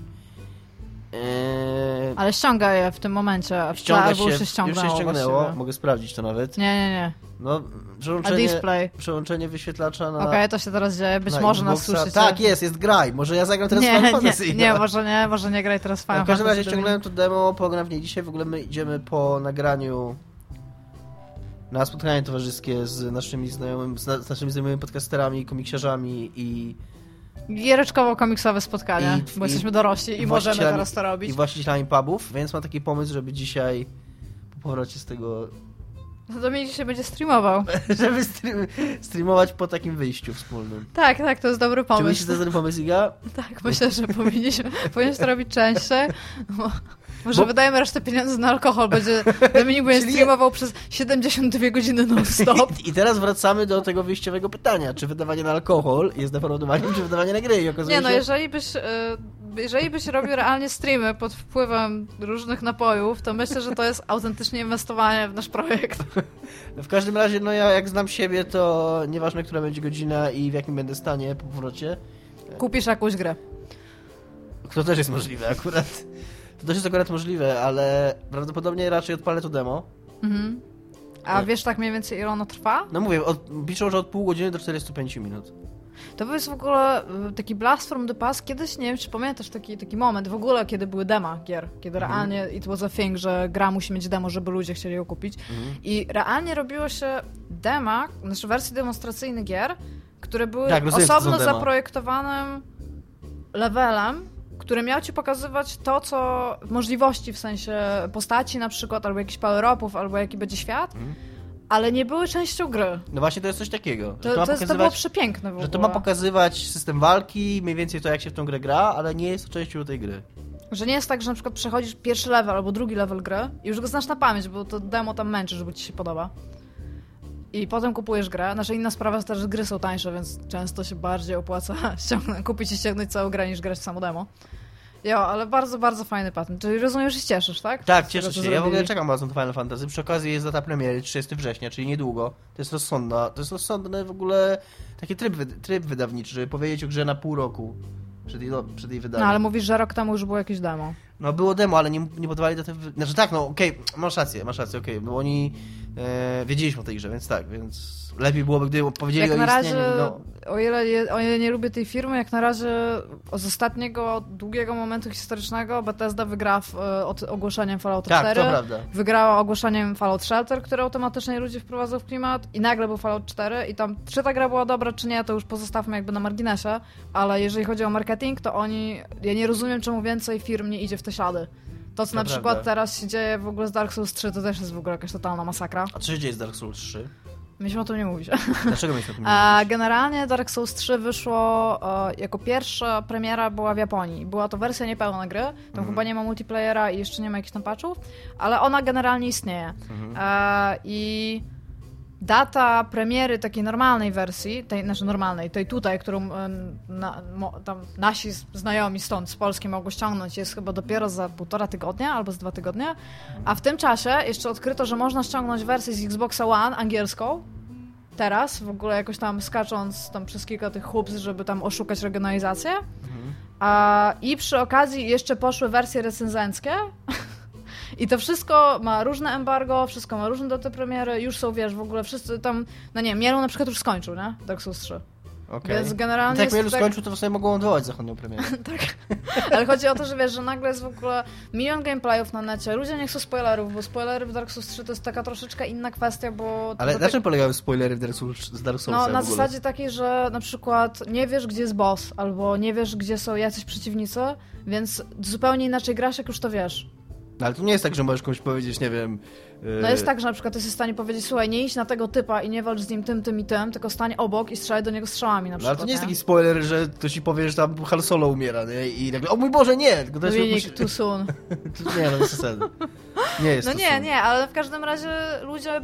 Speaker 3: Ale ściąga je w tym momencie.
Speaker 2: Ściąga się,
Speaker 3: już się
Speaker 2: ściągnęło.
Speaker 3: właściwie.
Speaker 2: Mogę sprawdzić to nawet.
Speaker 3: Nie.
Speaker 2: No, przełączenie wyświetlacza na...
Speaker 3: Okej, to się teraz dzieje. Być może nas słyszycie.
Speaker 2: Tak, jest graj. Może ja zagram teraz Final Fantasy.
Speaker 3: Nie, może nie graj teraz Final Fantasy.
Speaker 2: W każdym razie ściągnąłem to demo, pogram w niej dzisiaj. W ogóle my idziemy po nagraniu na spotkanie towarzyskie z naszymi znajomymi podcasterami, komiksiarzami i...
Speaker 3: Giereczkowo-komiksowe spotkania, bo jesteśmy dorośli i możemy teraz to robić.
Speaker 2: I właścicielami pubów, więc mam taki pomysł, żeby dzisiaj po powrocie z tego...
Speaker 3: Dominik dzisiaj będzie streamował.
Speaker 2: Żeby streamować po takim wyjściu wspólnym.
Speaker 3: Tak, to jest dobry pomysł.
Speaker 2: Czy myślisz, że to jest dobry pomysł, Iga?
Speaker 3: Tak, myślę, że powinien to robić częściej. Może wydajemy resztę pieniędzy na alkohol, Dominik będzie streamował przez 72 godziny non-stop.
Speaker 2: I teraz wracamy do tego wyjściowego pytania, czy wydawanie na alkohol jest defraudowaniem, czy wydawanie na gry. I okazuje się...
Speaker 3: jeżeli byś robił realnie streamy pod wpływem różnych napojów, to myślę, że to jest autentycznie inwestowanie w nasz projekt.
Speaker 2: W każdym razie, no ja jak znam siebie, to nieważne, która będzie godzina i w jakim będę stanie po powrocie.
Speaker 3: Kupisz jakąś grę.
Speaker 2: To też jest możliwe akurat. To też jest akurat możliwe, ale prawdopodobnie raczej odpalę to demo.
Speaker 3: Mhm. A wiesz tak mniej więcej, ile ono trwa?
Speaker 2: No mówię, piszą, że od pół godziny do 45 minut.
Speaker 3: To jest w ogóle taki blast from the past. Kiedyś, nie wiem, czy pamiętasz taki moment w ogóle, kiedy były dema gier, kiedy realnie it was a thing, że gra musi mieć demo, żeby ludzie chcieli ją kupić. I realnie robiło się dema, znaczy wersje demonstracyjne gier, które były osobno zaprojektowanym levelem, który miał ci pokazywać to, co możliwości, w sensie postaci na przykład, albo jakichś power-upów, albo jaki będzie świat, ale nie były częścią gry.
Speaker 2: No właśnie to jest coś takiego.
Speaker 3: To było przepiękne w ogóle.
Speaker 2: Że to ma pokazywać system walki, mniej więcej to, jak się w tą grę gra, ale nie jest to częścią tej gry.
Speaker 3: Że nie jest tak, że na przykład przechodzisz pierwszy level albo drugi level gry i już go znasz na pamięć, bo to demo tam męczy, żeby ci się podoba. I potem kupujesz grę. Nasza inna sprawa jest też, że gry są tańsze, więc często się bardziej opłaca kupić i ściągnąć całą grę, niż grać w samo demo. Ale bardzo, bardzo fajny patent. Czyli rozumiem, że się cieszysz, tak?
Speaker 2: Tak, cieszę się. Ja w ogóle czekam bardzo na Final Fantasy. Przy okazji jest data premiery 30 września, czyli niedługo. To jest rozsądny w ogóle taki tryb wydawniczy, żeby powiedzieć o grze na pół roku przed jej wydaniem.
Speaker 3: No ale mówisz, że rok temu już było jakieś demo.
Speaker 2: No było demo, ale nie podawali daty... Znaczy tak, no okej, masz rację, okej, bo oni wiedzieliśmy o tej grze, więc tak, więc lepiej byłoby, gdyby powiedzieli
Speaker 3: jak
Speaker 2: o
Speaker 3: na
Speaker 2: istnieniu.
Speaker 3: Razie, o ile nie lubię tej firmy, jak na razie z ostatniego, długiego momentu historycznego Bethesda wygrała od ogłoszeniem Fallouta 4.
Speaker 2: Tak, to prawda.
Speaker 3: Wygrała ogłoszeniem Fallout Shelter, który automatycznie ludzi wprowadzał w klimat i nagle był Fallout 4 i tam, czy ta gra była dobra, czy nie, to już pozostawmy jakby na marginesie, ale jeżeli chodzi o marketing, to ja nie rozumiem, czemu więcej firm nie idzie w te ślady. To, co na przykład teraz się dzieje w ogóle z Dark Souls 3, to też jest w ogóle jakaś totalna masakra.
Speaker 2: A co się dzieje z Dark Souls 3?
Speaker 3: Myśmy o tym nie mówić.
Speaker 2: Dlaczego myśmy o tym nie mówić?
Speaker 3: Generalnie Dark Souls 3 wyszło jako pierwsza premiera była w Japonii. Była to wersja niepełna gry, tam chyba nie ma multiplayera i jeszcze nie ma jakichś tam patchów, ale ona generalnie istnieje. I data premiery takiej normalnej wersji, tej tutaj, którą tam nasi znajomi stąd z Polski mogą ściągnąć, jest chyba dopiero za 1,5 tygodnia albo za 2 tygodnie, a w tym czasie jeszcze odkryto, że można ściągnąć wersję z Xboxa One angielską, teraz, w ogóle jakoś tam skacząc tam przez kilka tych hoops, żeby tam oszukać regionalizację. I przy okazji jeszcze poszły wersje recenzenckie. I to wszystko ma różne embargo, wszystko ma różne daty premiery, już są, wiesz, w ogóle wszyscy tam, no nie, Mielu na przykład już skończył, nie? Dark Souls 3.
Speaker 2: Okay.
Speaker 3: Więc generalnie
Speaker 2: tak, Mielu skończył, to w sobie mogą odwołać zachodnią premierę.
Speaker 3: Tak, ale chodzi o to, że wiesz, że nagle jest w ogóle milion gameplayów na necie, ludzie nie chcą spoilerów, bo spoilery w Dark Souls 3 to jest taka troszeczkę inna kwestia, bo... Ale
Speaker 2: na czym polegają spoilery z Dark Soulsa?
Speaker 3: No, na zasadzie takiej, że na przykład nie wiesz, gdzie jest boss, albo nie wiesz, gdzie są jacyś przeciwnicy, więc zupełnie inaczej grasz, jak już to wiesz.
Speaker 2: No, ale to nie jest tak, że możesz komuś powiedzieć, nie wiem...
Speaker 3: No jest tak, że na przykład jesteś w stanie powiedzieć, słuchaj, nie idź na tego typa i nie walcz z nim tym i tym, tylko stań obok i strzelaj do niego strzałami na przykład.
Speaker 2: No ale to nie jest taki spoiler, że ktoś ci powie, że tam Han Solo umiera, nie? I nagle, o mój Boże, nie! Tylko to
Speaker 3: jest too soon.
Speaker 2: Nie, no jest sensu. Nie jest
Speaker 3: nie, ale w każdym razie ludzie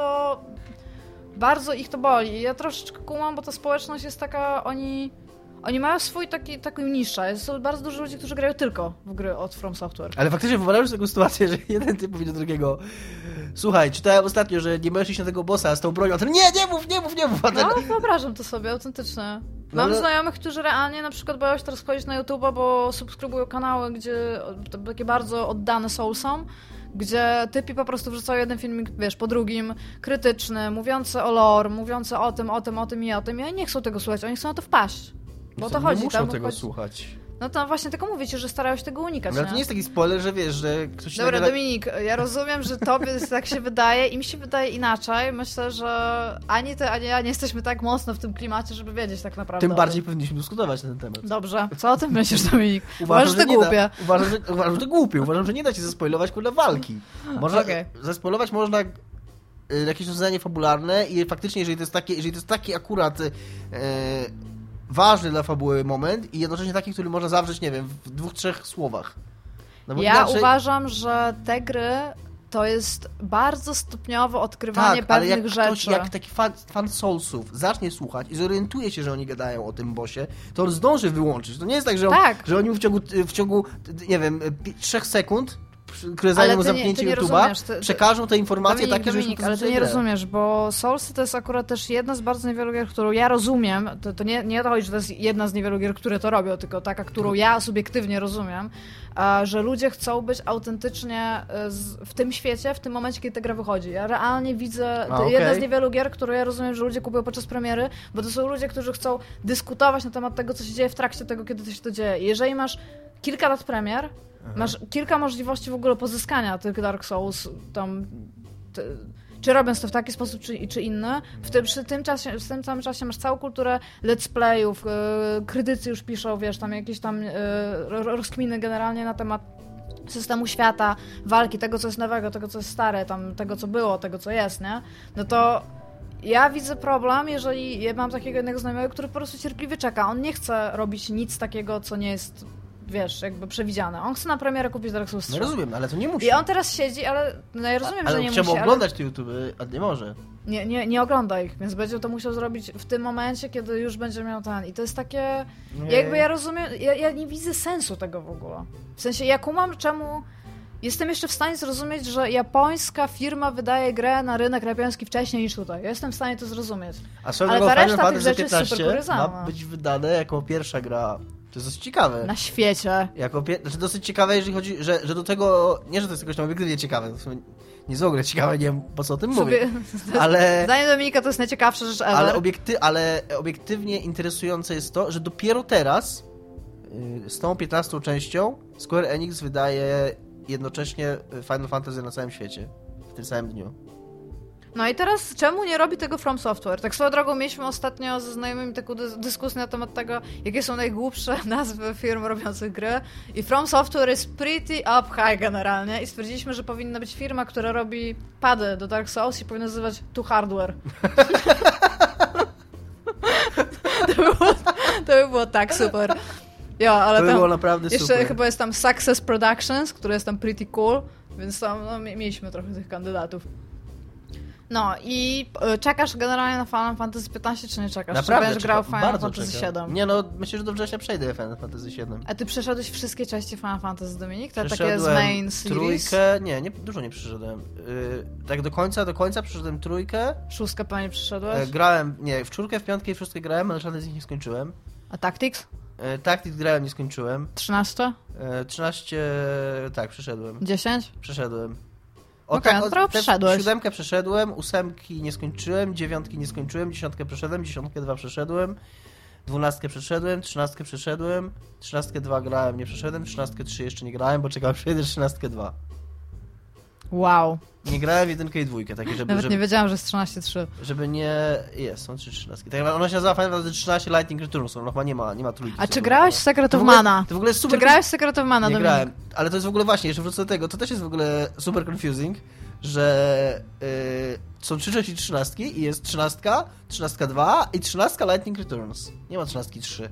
Speaker 3: bardzo ich to boli. Ja troszeczkę kumam, bo ta społeczność jest taka, oni mają swój taką niszę. Jest bardzo dużo ludzi, którzy grają tylko w gry od From Software.
Speaker 2: Ale faktycznie wyobrażasz taką sytuację, że jeden typ mówi do drugiego: słuchaj, czytałem ostatnio, że nie możesz iść na tego bossa z tą bronią, a ten nie mów.
Speaker 3: No, wyobrażam to sobie, autentycznie. Mam znajomych, którzy realnie na przykład boją się teraz wchodzić na YouTube'a, bo subskrybują kanały, gdzie takie bardzo oddane Soulsom, gdzie typi po prostu wrzucają jeden filmik, wiesz, po drugim, krytyczny, mówiący o lore, mówiący o tym i oni nie chcą tego słuchać, oni chcą na to wpaść. Bo to chodzi.
Speaker 2: Nie muszą tego słuchać.
Speaker 3: No to właśnie tylko mówię ci, że starają się tego unikać.
Speaker 2: Ale to nie jest taki spoiler, że wiesz, że ktoś...
Speaker 3: Dobra, Dominik, ja rozumiem, że tobie tak się wydaje i mi się wydaje inaczej. Myślę, że ani ty, ani ja nie jesteśmy tak mocno w tym klimacie, żeby wiedzieć tak naprawdę.
Speaker 2: Tym bardziej powinniśmy dyskutować na ten temat.
Speaker 3: Dobrze. Co o tym myślisz, Dominik? Uważam, że to głupie.
Speaker 2: Uważam, że to głupie. Uważam, że nie da się zaspoilować walki. Zaspoilować można jakieś rozwiązanie fabularne i faktycznie, jeżeli to jest taki akurat... ważny dla fabuły moment i jednocześnie taki, który można zawrzeć, nie wiem, w 2-3 słowach. No
Speaker 3: uważam, że te gry to jest bardzo stopniowe odkrywanie pewnych rzeczy.
Speaker 2: Jak taki fan Soulsów zacznie słuchać i zorientuje się, że oni gadają o tym bossie, to on zdąży wyłączyć. To nie jest tak, że oni w ciągu, nie wiem, 3 sekund, które zajmą zamknięcie YouTube'a, przekażą te informacje takie, że już
Speaker 3: ale ty nie rozumiesz, bo Soulsy to jest akurat też jedna z bardzo niewielu gier, którą ja rozumiem, to nie o to chodzi, że to jest jedna z niewielu gier, które to robią, tylko taka, którą ja subiektywnie rozumiem, że ludzie chcą być autentycznie w tym świecie, w tym momencie, kiedy ta gra wychodzi. Ja realnie widzę, jedna z niewielu gier, którą ja rozumiem, że ludzie kupują podczas premiery, bo to są ludzie, którzy chcą dyskutować na temat tego, co się dzieje w trakcie tego, kiedy to się to dzieje. Jeżeli masz kilka lat premier, masz kilka możliwości w ogóle pozyskania tych Dark Souls, tam, czy robiąc to w taki sposób, czy inny. W tym samym czasie masz całą kulturę let's playów, krytycy już piszą, wiesz, tam jakieś tam rozkminy generalnie na temat systemu świata, walki, tego, co jest nowego, tego, co jest stare, tam, tego, co było, tego, co jest, nie? No to ja widzę problem, jeżeli ja mam takiego jednego znajomego, który po prostu cierpliwie czeka. On nie chce robić nic takiego, co nie jest, wiesz, jakby przewidziane. On chce na premierę kupić Dark Souls 3.
Speaker 2: No rozumiem, ale to nie musi.
Speaker 3: I on teraz siedzi, ale no ja rozumiem, że nie musi. Ale
Speaker 2: chciałby oglądać te YouTube, a nie może.
Speaker 3: Nie ogląda ich, więc będzie to musiał zrobić w tym momencie, kiedy już będzie miał ten. I to jest takie... Jakby ja rozumiem, ja nie widzę sensu tego w ogóle. W sensie ja kumam, czemu... Jestem jeszcze w stanie zrozumieć, że japońska firma wydaje grę na rynek japoński wcześniej niż tutaj. Ja jestem w stanie to zrozumieć. Ale ta reszta tych rzeczy jest super kuriozalna.
Speaker 2: Ma być wydane jako pierwsza gra. To jest dosyć ciekawe.
Speaker 3: Na świecie.
Speaker 2: Znaczy dosyć ciekawe, jeżeli chodzi, że do tego... Nie, że to jest jakoś tam obiektywnie ciekawe. jest w ogóle ciekawe, nie wiem po co o tym mówię. Ale...
Speaker 3: Zdaniem Dominika to jest najciekawsza rzecz ever.
Speaker 2: Ale obiektywnie interesujące jest to, że dopiero teraz z tą 15 częścią Square Enix wydaje jednocześnie Final Fantasy na całym świecie. W tym samym dniu.
Speaker 3: No i teraz czemu nie robi tego From Software? Tak swoją drogą mieliśmy ostatnio ze znajomymi taką dyskusję na temat tego, jakie są najgłupsze nazwy firm robiących gry i From Software jest pretty up high generalnie i stwierdziliśmy, że powinna być firma, która robi pady do Dark Souls i powinna nazywać To Hardware. to by było tak super. Ja, ale
Speaker 2: to by
Speaker 3: tam
Speaker 2: było naprawdę
Speaker 3: jeszcze
Speaker 2: super.
Speaker 3: chyba jest tam Success Productions, który jest tam pretty cool, więc tam mieliśmy trochę tych kandydatów. No i czekasz generalnie na Final Fantasy 15, czy nie czekasz?
Speaker 2: Naprawdę
Speaker 3: czy będziesz grał w Final Fantasy
Speaker 2: czekam.
Speaker 3: 7?
Speaker 2: Nie no, myślę, że do września przejdę Final Fantasy 7.
Speaker 3: A ty przeszedłeś wszystkie części Final Fantasy, Dominik? Te takie z main series?
Speaker 2: Trójkę, dużo nie przeszedłem. Tak do końca przeszedłem trójkę.
Speaker 3: Szóstkę pewnie przeszedłeś?
Speaker 2: Grałem, w czwórkę, w piątkę i w szóstkę grałem, ale żadnej z nich nie skończyłem.
Speaker 3: A Tactics?
Speaker 2: Tactics grałem, nie skończyłem.
Speaker 3: 13?
Speaker 2: 13, tak, przeszedłem.
Speaker 3: 10?
Speaker 2: Przeszedłem.
Speaker 3: Trochę przeszedłeś.
Speaker 2: 7 przeszedłem, 8 nie skończyłem, 9 nie skończyłem, 10 przeszedłem, 10 2 przeszedłem, 12 przeszedłem, 13 przeszedłem, 13 2 grałem, nie przeszedłem, 13 3 jeszcze nie grałem, bo czekałem, przejdę 13 2.
Speaker 3: Wow.
Speaker 2: Nie grałem w 1 i 2, takie, żeby...
Speaker 3: Nawet nie wiedziałam, że jest 13-3.
Speaker 2: Żeby nie... są 3 13. Tak, ona się nazywa Final Fantasy 13 Lightning Returns, ona chyba nie ma trójki.
Speaker 3: A czy grałeś w Secret of Mana?
Speaker 2: To w ogóle jest super...
Speaker 3: Czy grałeś w Secret of Mana,
Speaker 2: Nie
Speaker 3: Dominik?
Speaker 2: grałem, ale to jest w ogóle właśnie, jeszcze wrócę do tego, to też jest w ogóle super confusing, że są 3 części 13 i jest 13, 13 2 i 13 Lightning Returns. Nie ma 13 3.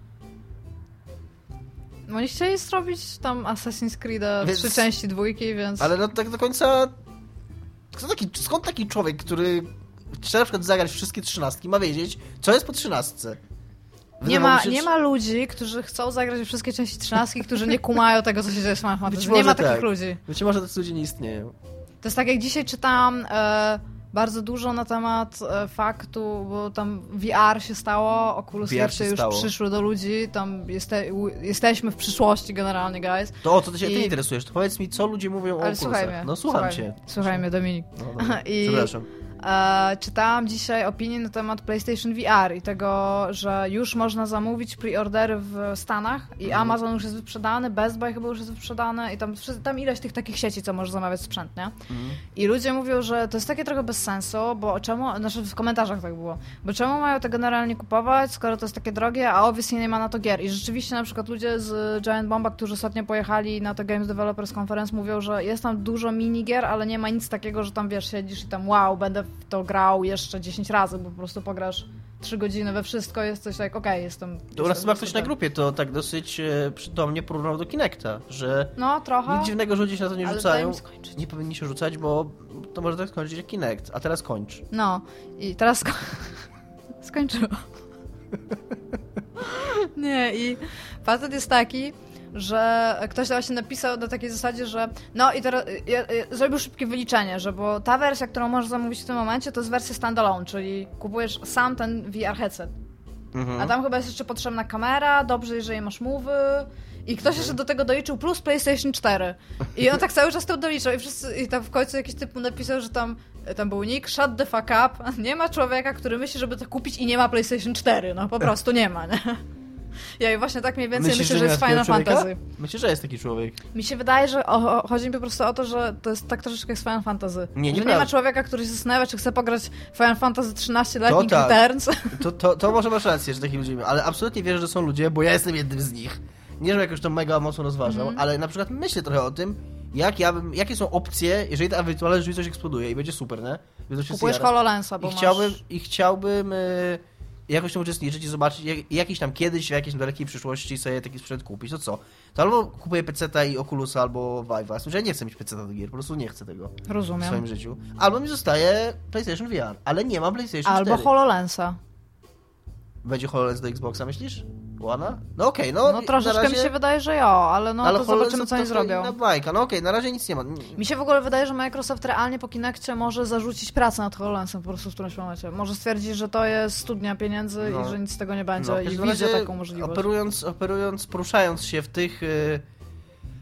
Speaker 3: Oni chcieli zrobić tam Assassin's Creed 3 części 2, więc...
Speaker 2: Ale no tak do końca... Skąd taki człowiek, który chce na przykład zagrać wszystkie 13, ma wiedzieć, co jest po 13?
Speaker 3: Nie ma ludzi, którzy chcą zagrać wszystkie części 13, którzy nie kumają tego, co się dzieje w Final Fantasy. Nie ma takich ludzi.
Speaker 2: Być może tacy ludzie nie istnieją.
Speaker 3: To jest tak, jak dzisiaj czytałam bardzo dużo na temat faktu, bo tam VR się stało, Oculus Rift już przyszły do ludzi, tam jesteśmy w przyszłości generalnie, guys.
Speaker 2: To o co ty się interesujesz? To powiedz mi, co ludzie mówią o Oculusach.
Speaker 3: Słuchaj mnie.
Speaker 2: No słucham cię.
Speaker 3: Słuchaj mnie, Dominik.
Speaker 2: No, przepraszam.
Speaker 3: Czytałam dzisiaj opinię na temat PlayStation VR i tego, że już można zamówić preordery w Stanach i Amazon już jest wyprzedany, Best Buy chyba już jest wyprzedany i tam ileś tych takich sieci, co możesz zamawiać sprzęt, nie? I ludzie mówią, że to jest takie trochę bez sensu, bo czemu, znaczy w komentarzach tak było, bo czemu mają to generalnie kupować, skoro to jest takie drogie, a obviously nie ma na to gier. I rzeczywiście na przykład ludzie z Giant Bomba, którzy ostatnio pojechali na to Games Developers Conference, mówią, że jest tam dużo minigier, ale nie ma nic takiego, że tam wiesz, siedzisz i tam wow, będę w to grał jeszcze 10 razy, bo po prostu pograsz 3 godziny we wszystko, jesteś tak, okej, jestem...
Speaker 2: To u nas chyba ktoś na grupie to tak dosyć przytomnie porównał do Kinecta, że
Speaker 3: no, trochę.
Speaker 2: Nic dziwnego, że ludzie się na to nie rzucają.
Speaker 3: Skończyć.
Speaker 2: Nie powinni się rzucać, bo to może tak skończyć jak Kinect, a teraz kończ.
Speaker 3: No i teraz skończyło. Nie, i facet jest taki, że ktoś właśnie napisał na takiej zasadzie, że no i teraz zrobił szybkie wyliczenie, że bo ta wersja, którą możesz zamówić w tym momencie, to jest wersja standalone, czyli kupujesz sam ten VR headset. A tam chyba jest jeszcze potrzebna kamera, dobrze, jeżeli masz move'y i ktoś jeszcze do tego doliczył plus PlayStation 4. I on tak cały czas to doliczał i tam w końcu jakiś typ mu napisał, że tam był nick, shut the fuck up, nie ma człowieka, który myśli, żeby to kupić i nie ma PlayStation 4, no po prostu nie ma, nie? Ja i właśnie tak mniej więcej myślę, że jest Final Fantasy.
Speaker 2: Myślę, że jest taki człowiek.
Speaker 3: Mi się wydaje, że chodzi mi po prostu o to, że to jest tak troszeczkę jak z Final Fantasy.
Speaker 2: Nie
Speaker 3: ma człowieka, który się zastanawia, czy chce pograć Final Fantasy 13 Lightning Returns.
Speaker 2: To może masz rację, że takich ludzi ma, ale absolutnie wierzę, że są ludzie, bo ja jestem jednym z nich. Nie, że jakoś to mega mocno rozważał, ale na przykład myślę trochę o tym, jakie są opcje, jeżeli ta wirtualna rzeczywistość eksploduje i będzie super, nie?
Speaker 3: Kupujesz HoloLensa, bo
Speaker 2: chciałbym jakoś tam uczestniczyć i zobaczyć jakiś tam kiedyś, w jakiejś dalekiej przyszłości sobie taki sprzęt kupić. To co? To albo kupuję PC-ta i Oculusa, albo Vive'a. Znaczy, ja nie chcę mieć PC-ta do gier, po prostu nie chcę tego.
Speaker 3: Rozumiem.
Speaker 2: W swoim życiu. Albo mi zostaje PlayStation VR, ale nie mam PlayStation 4.
Speaker 3: Albo HoloLensa.
Speaker 2: Będzie HoloLens do Xboxa, myślisz? Łana? No okej,
Speaker 3: no troszeczkę razie... mi się wydaje, że ale to zobaczymy, co oni zrobią.
Speaker 2: Na bajka. No okej, na razie nic nie ma.
Speaker 3: Mi się w ogóle wydaje, że Microsoft realnie po Kinectie może zarzucić pracę nad HoloLensem po prostu w którymś momencie. Może stwierdzić, że to jest studnia pieniędzy i że nic z tego nie będzie i widzę taką możliwość.
Speaker 2: Poruszając się w tych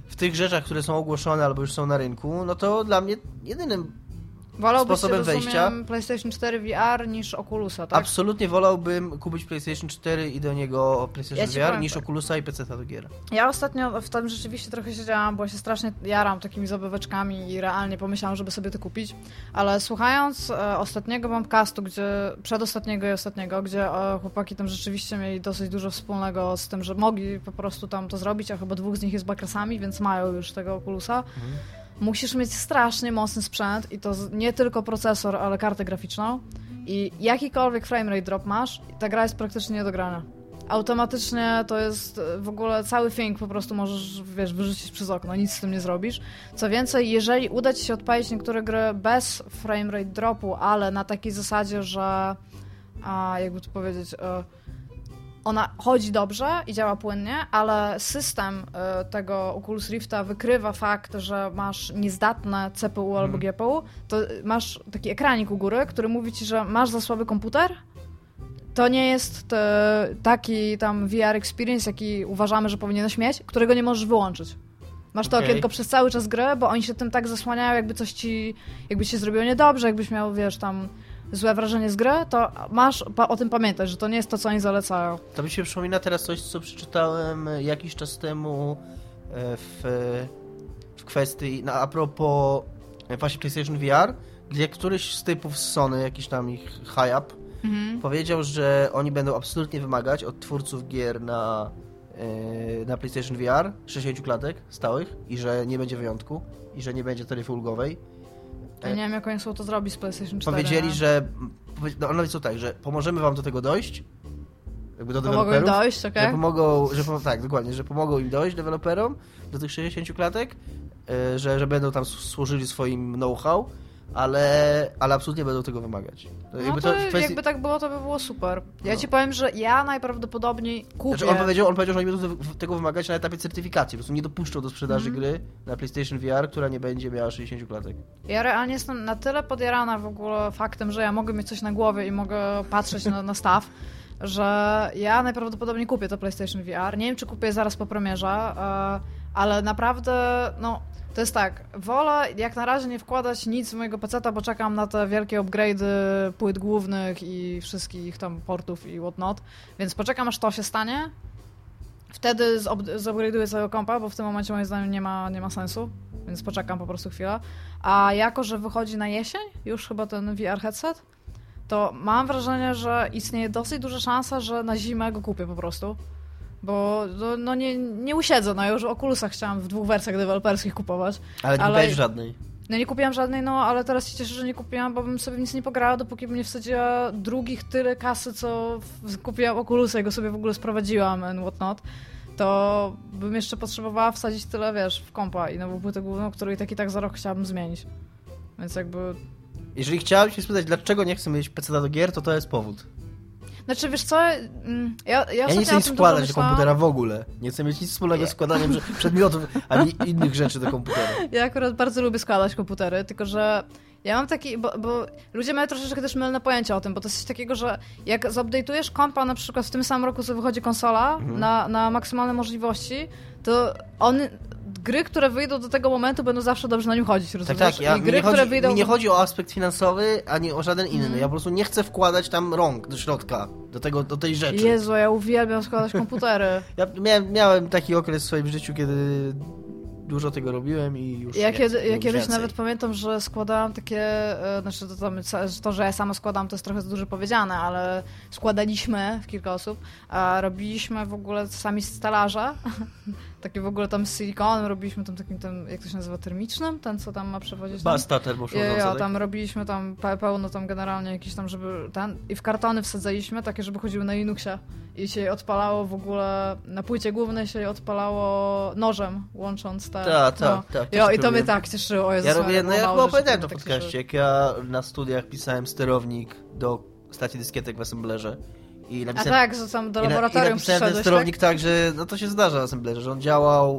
Speaker 2: w tych rzeczach, które są ogłoszone albo już są na rynku, no to dla mnie jedynym sposobem wejścia...
Speaker 3: PlayStation 4 VR niż Oculusa, tak?
Speaker 2: Absolutnie wolałbym kupić PlayStation 4 i do niego PlayStation VR niż Oculusa i PC do gier.
Speaker 3: Ja ostatnio w tym rzeczywiście trochę siedziałam, bo się strasznie jaram takimi zabaweczkami i realnie pomyślałam, żeby sobie to kupić, ale słuchając ostatniego Bombcastu, przedostatniego i ostatniego, gdzie chłopaki tam rzeczywiście mieli dosyć dużo wspólnego z tym, że mogli po prostu tam to zrobić, a chyba 2 z nich jest bakrasami, więc mają już tego Oculusa. Musisz mieć strasznie mocny sprzęt i to nie tylko procesor, ale kartę graficzną i jakikolwiek framerate drop masz, ta gra jest praktycznie nie do grania. Automatycznie to jest w ogóle cały thing, po prostu możesz, wyrzucić przez okno, nic z tym nie zrobisz. Co więcej, jeżeli uda ci się odpalić niektóre gry bez framerate dropu, ale na takiej zasadzie, że jakby to powiedzieć... ona chodzi dobrze i działa płynnie, ale system tego Oculus Rifta wykrywa fakt, że masz niezdatne CPU albo GPU, to masz taki ekranik u góry, który mówi ci, że masz za słaby komputer. To nie jest taki tam VR experience, jaki uważamy, że powinieneś mieć, którego nie możesz wyłączyć. Masz to okienko przez cały czas gry, bo oni się tym tak zasłaniają, jakby się zrobiło niedobrze, jakbyś miał, tam złe wrażenie z gry, to masz o tym pamiętać, że to nie jest to, co oni zalecają.
Speaker 2: To mi się przypomina teraz coś, co przeczytałem jakiś czas temu w kwestii, a propos właśnie PlayStation VR, gdzie któryś z typów z Sony, jakiś tam ich high-up, powiedział, że oni będą absolutnie wymagać od twórców gier na PlayStation VR 60 klatek stałych i że nie będzie wyjątku i że nie będzie taryfy ulgowej.
Speaker 3: Ja nie wiem, jak oni chcą to zrobić z PlayStation 4.
Speaker 2: Powiedzieli, że... No, oni są tak, że pomożemy wam do tego dojść. Jakby do
Speaker 3: pomogą im dojść, okej?
Speaker 2: Że pomogą, tak, dokładnie, że pomogą im dojść, deweloperom, do tych 60 klatek, że będą tam służyli swoim know-how, ale absolutnie będą tego wymagać.
Speaker 3: Jakby tak było, to by było super. Ja ci powiem, że ja najprawdopodobniej kupię...
Speaker 2: Znaczy on powiedział, że oni będą tego wymagać na etapie certyfikacji. Po prostu nie dopuszczą do sprzedaży gry na PlayStation VR, która nie będzie miała 60 klatek.
Speaker 3: Ja realnie jestem na tyle podjarana w ogóle faktem, że ja mogę mieć coś na głowie i mogę patrzeć na staw, że ja najprawdopodobniej kupię to PlayStation VR. Nie wiem, czy kupię zaraz po premierze, ale naprawdę, to jest tak, wolę jak na razie nie wkładać nic w mojego peceta, bo czekam na te wielkie upgrade'y płyt głównych i wszystkich tam portów i whatnot, więc poczekam, aż to się stanie. Wtedy zupgrade'uję całego kompa, bo w tym momencie moim zdaniem nie ma sensu, więc poczekam po prostu chwilę. A jako, że wychodzi na jesień już chyba ten VR headset, to mam wrażenie, że istnieje dosyć duża szansa, że na zimę go kupię po prostu. Bo nie usiedzę, ja już Oculusa chciałam w 2 wersjach deweloperskich kupować.
Speaker 2: Ale nie kupiłeś żadnej.
Speaker 3: No nie kupiłam żadnej, ale teraz się cieszę, że nie kupiłam, bo bym sobie nic nie pograła, dopóki bym nie wsadziła drugich tyle kasy, co kupiłam Oculusa i go sobie w ogóle sprowadziłam and whatnot, to bym jeszcze potrzebowała wsadzić tyle, w kompa i nową płytę główną, którą i tak za rok chciałabym zmienić. Więc jakby...
Speaker 2: Jeżeli chciałabym się spytać, dlaczego nie chcę mieć PC do gier, to jest powód.
Speaker 3: Znaczy, wiesz co, ja
Speaker 2: nie chcę nic składać do komputera w ogóle. Nie chcę mieć nic wspólnego z składaniem przedmiotów, ani innych rzeczy do komputera.
Speaker 3: Ja akurat bardzo lubię składać komputery, tylko że ja mam taki, bo ludzie mają troszeczkę też mylne pojęcie o tym, bo to jest coś takiego, że jak zupdate'ujesz kompa na przykład w tym samym roku, co wychodzi konsola na maksymalne możliwości, to gry, które wyjdą do tego momentu, będą zawsze dobrze na nim chodzić, rozumiesz?
Speaker 2: Tak. Mi nie chodzi o aspekt finansowy, ani o żaden inny. Ja po prostu nie chcę wkładać tam rąk do środka, do tej rzeczy.
Speaker 3: Jezu, ja uwielbiam składać komputery.
Speaker 2: Ja miałem taki okres w swoim życiu, kiedy dużo tego robiłem i już
Speaker 3: ja kiedyś nawet pamiętam, że składałam takie, to, że ja sama składam, to jest trochę za dużo powiedziane, ale składaliśmy w kilka osób, a robiliśmy w ogóle sami stelaże, takie w ogóle tam z silikonem, robiliśmy tam takim, jak to się nazywa, termicznym, ten co tam ma przewodzić.
Speaker 2: Basta termoszłodząca.
Speaker 3: Tam robiliśmy tam pełno tam generalnie jakiś tam, żeby i w kartony wsadzaliśmy, takie, żeby chodziły na Linuxie i się je odpalało w ogóle, na płycie głównej się je odpalało nożem, łącząc te...
Speaker 2: Tak.
Speaker 3: I to mnie tak cieszyło. Jezus,
Speaker 2: ja chyba opowiadałem to w podcaście, jak ja na studiach pisałem sterownik do stacji dyskietek w assemblerze. I napisałem,
Speaker 3: że tam do laboratorium
Speaker 2: napisałem ten sterownik tak, że to się zdarza w assemblerze, że on działał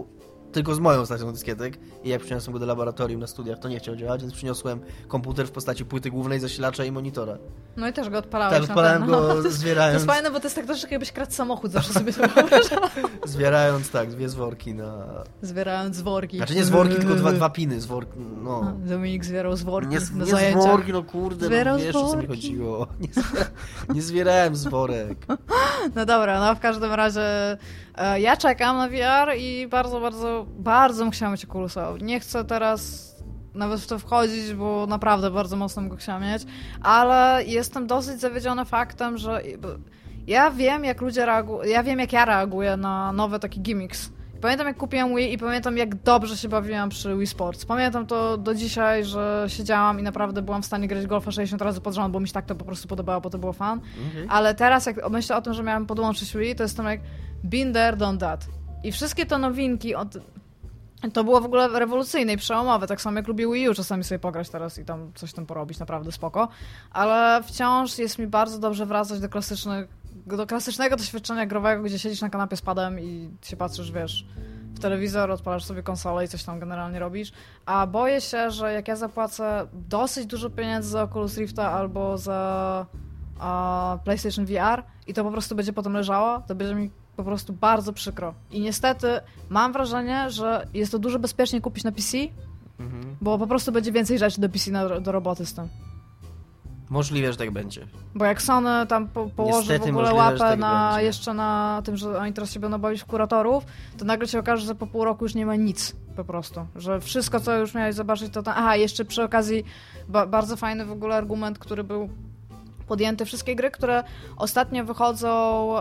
Speaker 2: tylko z moją stacją dyskietek i jak przyniosłem go do laboratorium na studiach, to nie chciał działać, więc przyniosłem komputer w postaci płyty głównej, zasilacza i monitora.
Speaker 3: No i też go odpalałeś.
Speaker 2: Tak, odpalałem go zwierając.
Speaker 3: To jest fajne, bo to jest tak troszeczkę jakbyś kradł samochód, zawsze sobie to
Speaker 2: Zwierając, tak, 2 zworki na...
Speaker 3: Zwierając zworki.
Speaker 2: Znaczy nie zworki, tylko 2 piny, zworki, no.
Speaker 3: Dominik zwierał zworki
Speaker 2: nie
Speaker 3: na zajęciach.
Speaker 2: Zworki, no kurde, no wiesz, o co mi chodziło. Nie zwierałem zworek.
Speaker 3: No dobra, no w każdym razie ja czekam na VR i bardzo, bardzo, bardzo bym chciała mieć Oculusa. Nie chcę teraz nawet w to wchodzić, bo naprawdę bardzo mocno bym go chciała mieć, ale jestem dosyć zawiedziona faktem, że ja wiem, jak ludzie reagują, jak ja reaguję na nowe takie gimmicks. Pamiętam, jak kupiłam Wii i pamiętam, jak dobrze się bawiłam przy Wii Sports. Pamiętam to do dzisiaj, że siedziałam i naprawdę byłam w stanie grać golfa 60 razy pod rząd, bo mi się tak to po prostu podobało, bo to było fan. Ale teraz, jak myślę o tym, że miałam podłączyć Wii, to jestem jak been there, done that. I wszystkie te nowinki, to było w ogóle rewolucyjne i przełomowe. Tak samo jak lubię Wii U czasami sobie pograć teraz i tam coś tam porobić, naprawdę spoko. Ale wciąż jest mi bardzo dobrze wracać do klasycznego doświadczenia growego, gdzie siedzisz na kanapie z padem i się patrzysz, wiesz, w telewizor, odpalasz sobie konsolę i coś tam generalnie robisz. A boję się, że jak ja zapłacę dosyć dużo pieniędzy za Oculus Rifta albo za PlayStation VR i to po prostu będzie potem leżało, to będzie mi po prostu bardzo przykro. I niestety mam wrażenie, że jest to dużo bezpieczniej kupić na PC, bo po prostu będzie więcej rzeczy do PC do roboty z tym.
Speaker 2: Możliwe, że tak będzie.
Speaker 3: Bo jak Sony tam położy w ogóle łapę jeszcze na tym, że oni teraz się będą bawić w kuratorów, to nagle się okaże, że po pół roku już nie ma nic po prostu. Że wszystko, co już miałeś zobaczyć, to tam... Aha, jeszcze przy okazji bardzo fajny w ogóle argument, który był podjęty. Wszystkie gry, które ostatnio wychodzą...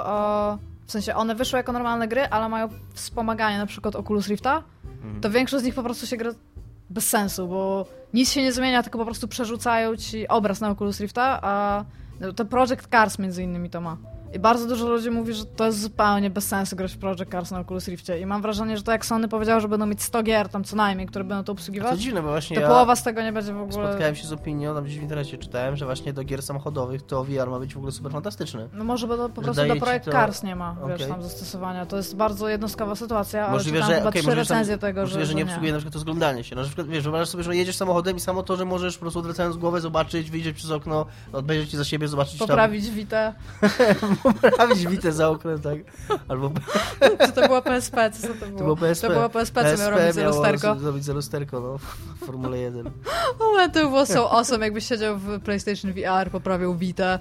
Speaker 3: w sensie one wyszły jako normalne gry, ale mają wspomaganie na przykład Oculus Rifta, to większość z nich po prostu się gra bez sensu, bo nic się nie zmienia, tylko po prostu przerzucają ci obraz na Oculus Rifta, a to Project Cars między innymi to ma. I bardzo dużo ludzi mówi, że to jest zupełnie bez sensu grać w Project Cars na Oculus Riftie. I mam wrażenie, że to jak Sony powiedział, że będą mieć 100 gier tam co najmniej, które będą to obsługiwać,
Speaker 2: to dziwne, bo właśnie
Speaker 3: to połowa z tego nie będzie w ogóle...
Speaker 2: Spotkałem się z opinią, tam gdzieś w internecie czytałem, że właśnie do gier samochodowych to VR ma być w ogóle super fantastyczne.
Speaker 3: No może bo to po prostu do Project Cars nie ma, wiesz, tam zastosowania. To jest bardzo jednostkowa sytuacja,
Speaker 2: możliwe,
Speaker 3: ale
Speaker 2: że
Speaker 3: chyba 3 recenzje tego,
Speaker 2: możliwe, że nie obsługuje na przykład to zglądanie się. Na przykład, wiesz, wyobrażasz sobie, że jedziesz samochodem i samo to, że możesz po prostu odwracając głowę zobaczyć, wyjrzeć przez okno, obejrzeć ci za siebie, zobaczyć
Speaker 3: poprawić witę.
Speaker 2: Poprawić witę za oknem, tak? Albo...
Speaker 3: Czy to było PSP? Co to było?
Speaker 2: PSP.
Speaker 3: To było PSP, co miał robić za lusterko.
Speaker 2: Zrobić za lusterko, no, w Formule 1.
Speaker 3: To było so awesome, jakbyś siedział w PlayStation VR, poprawiał Vita.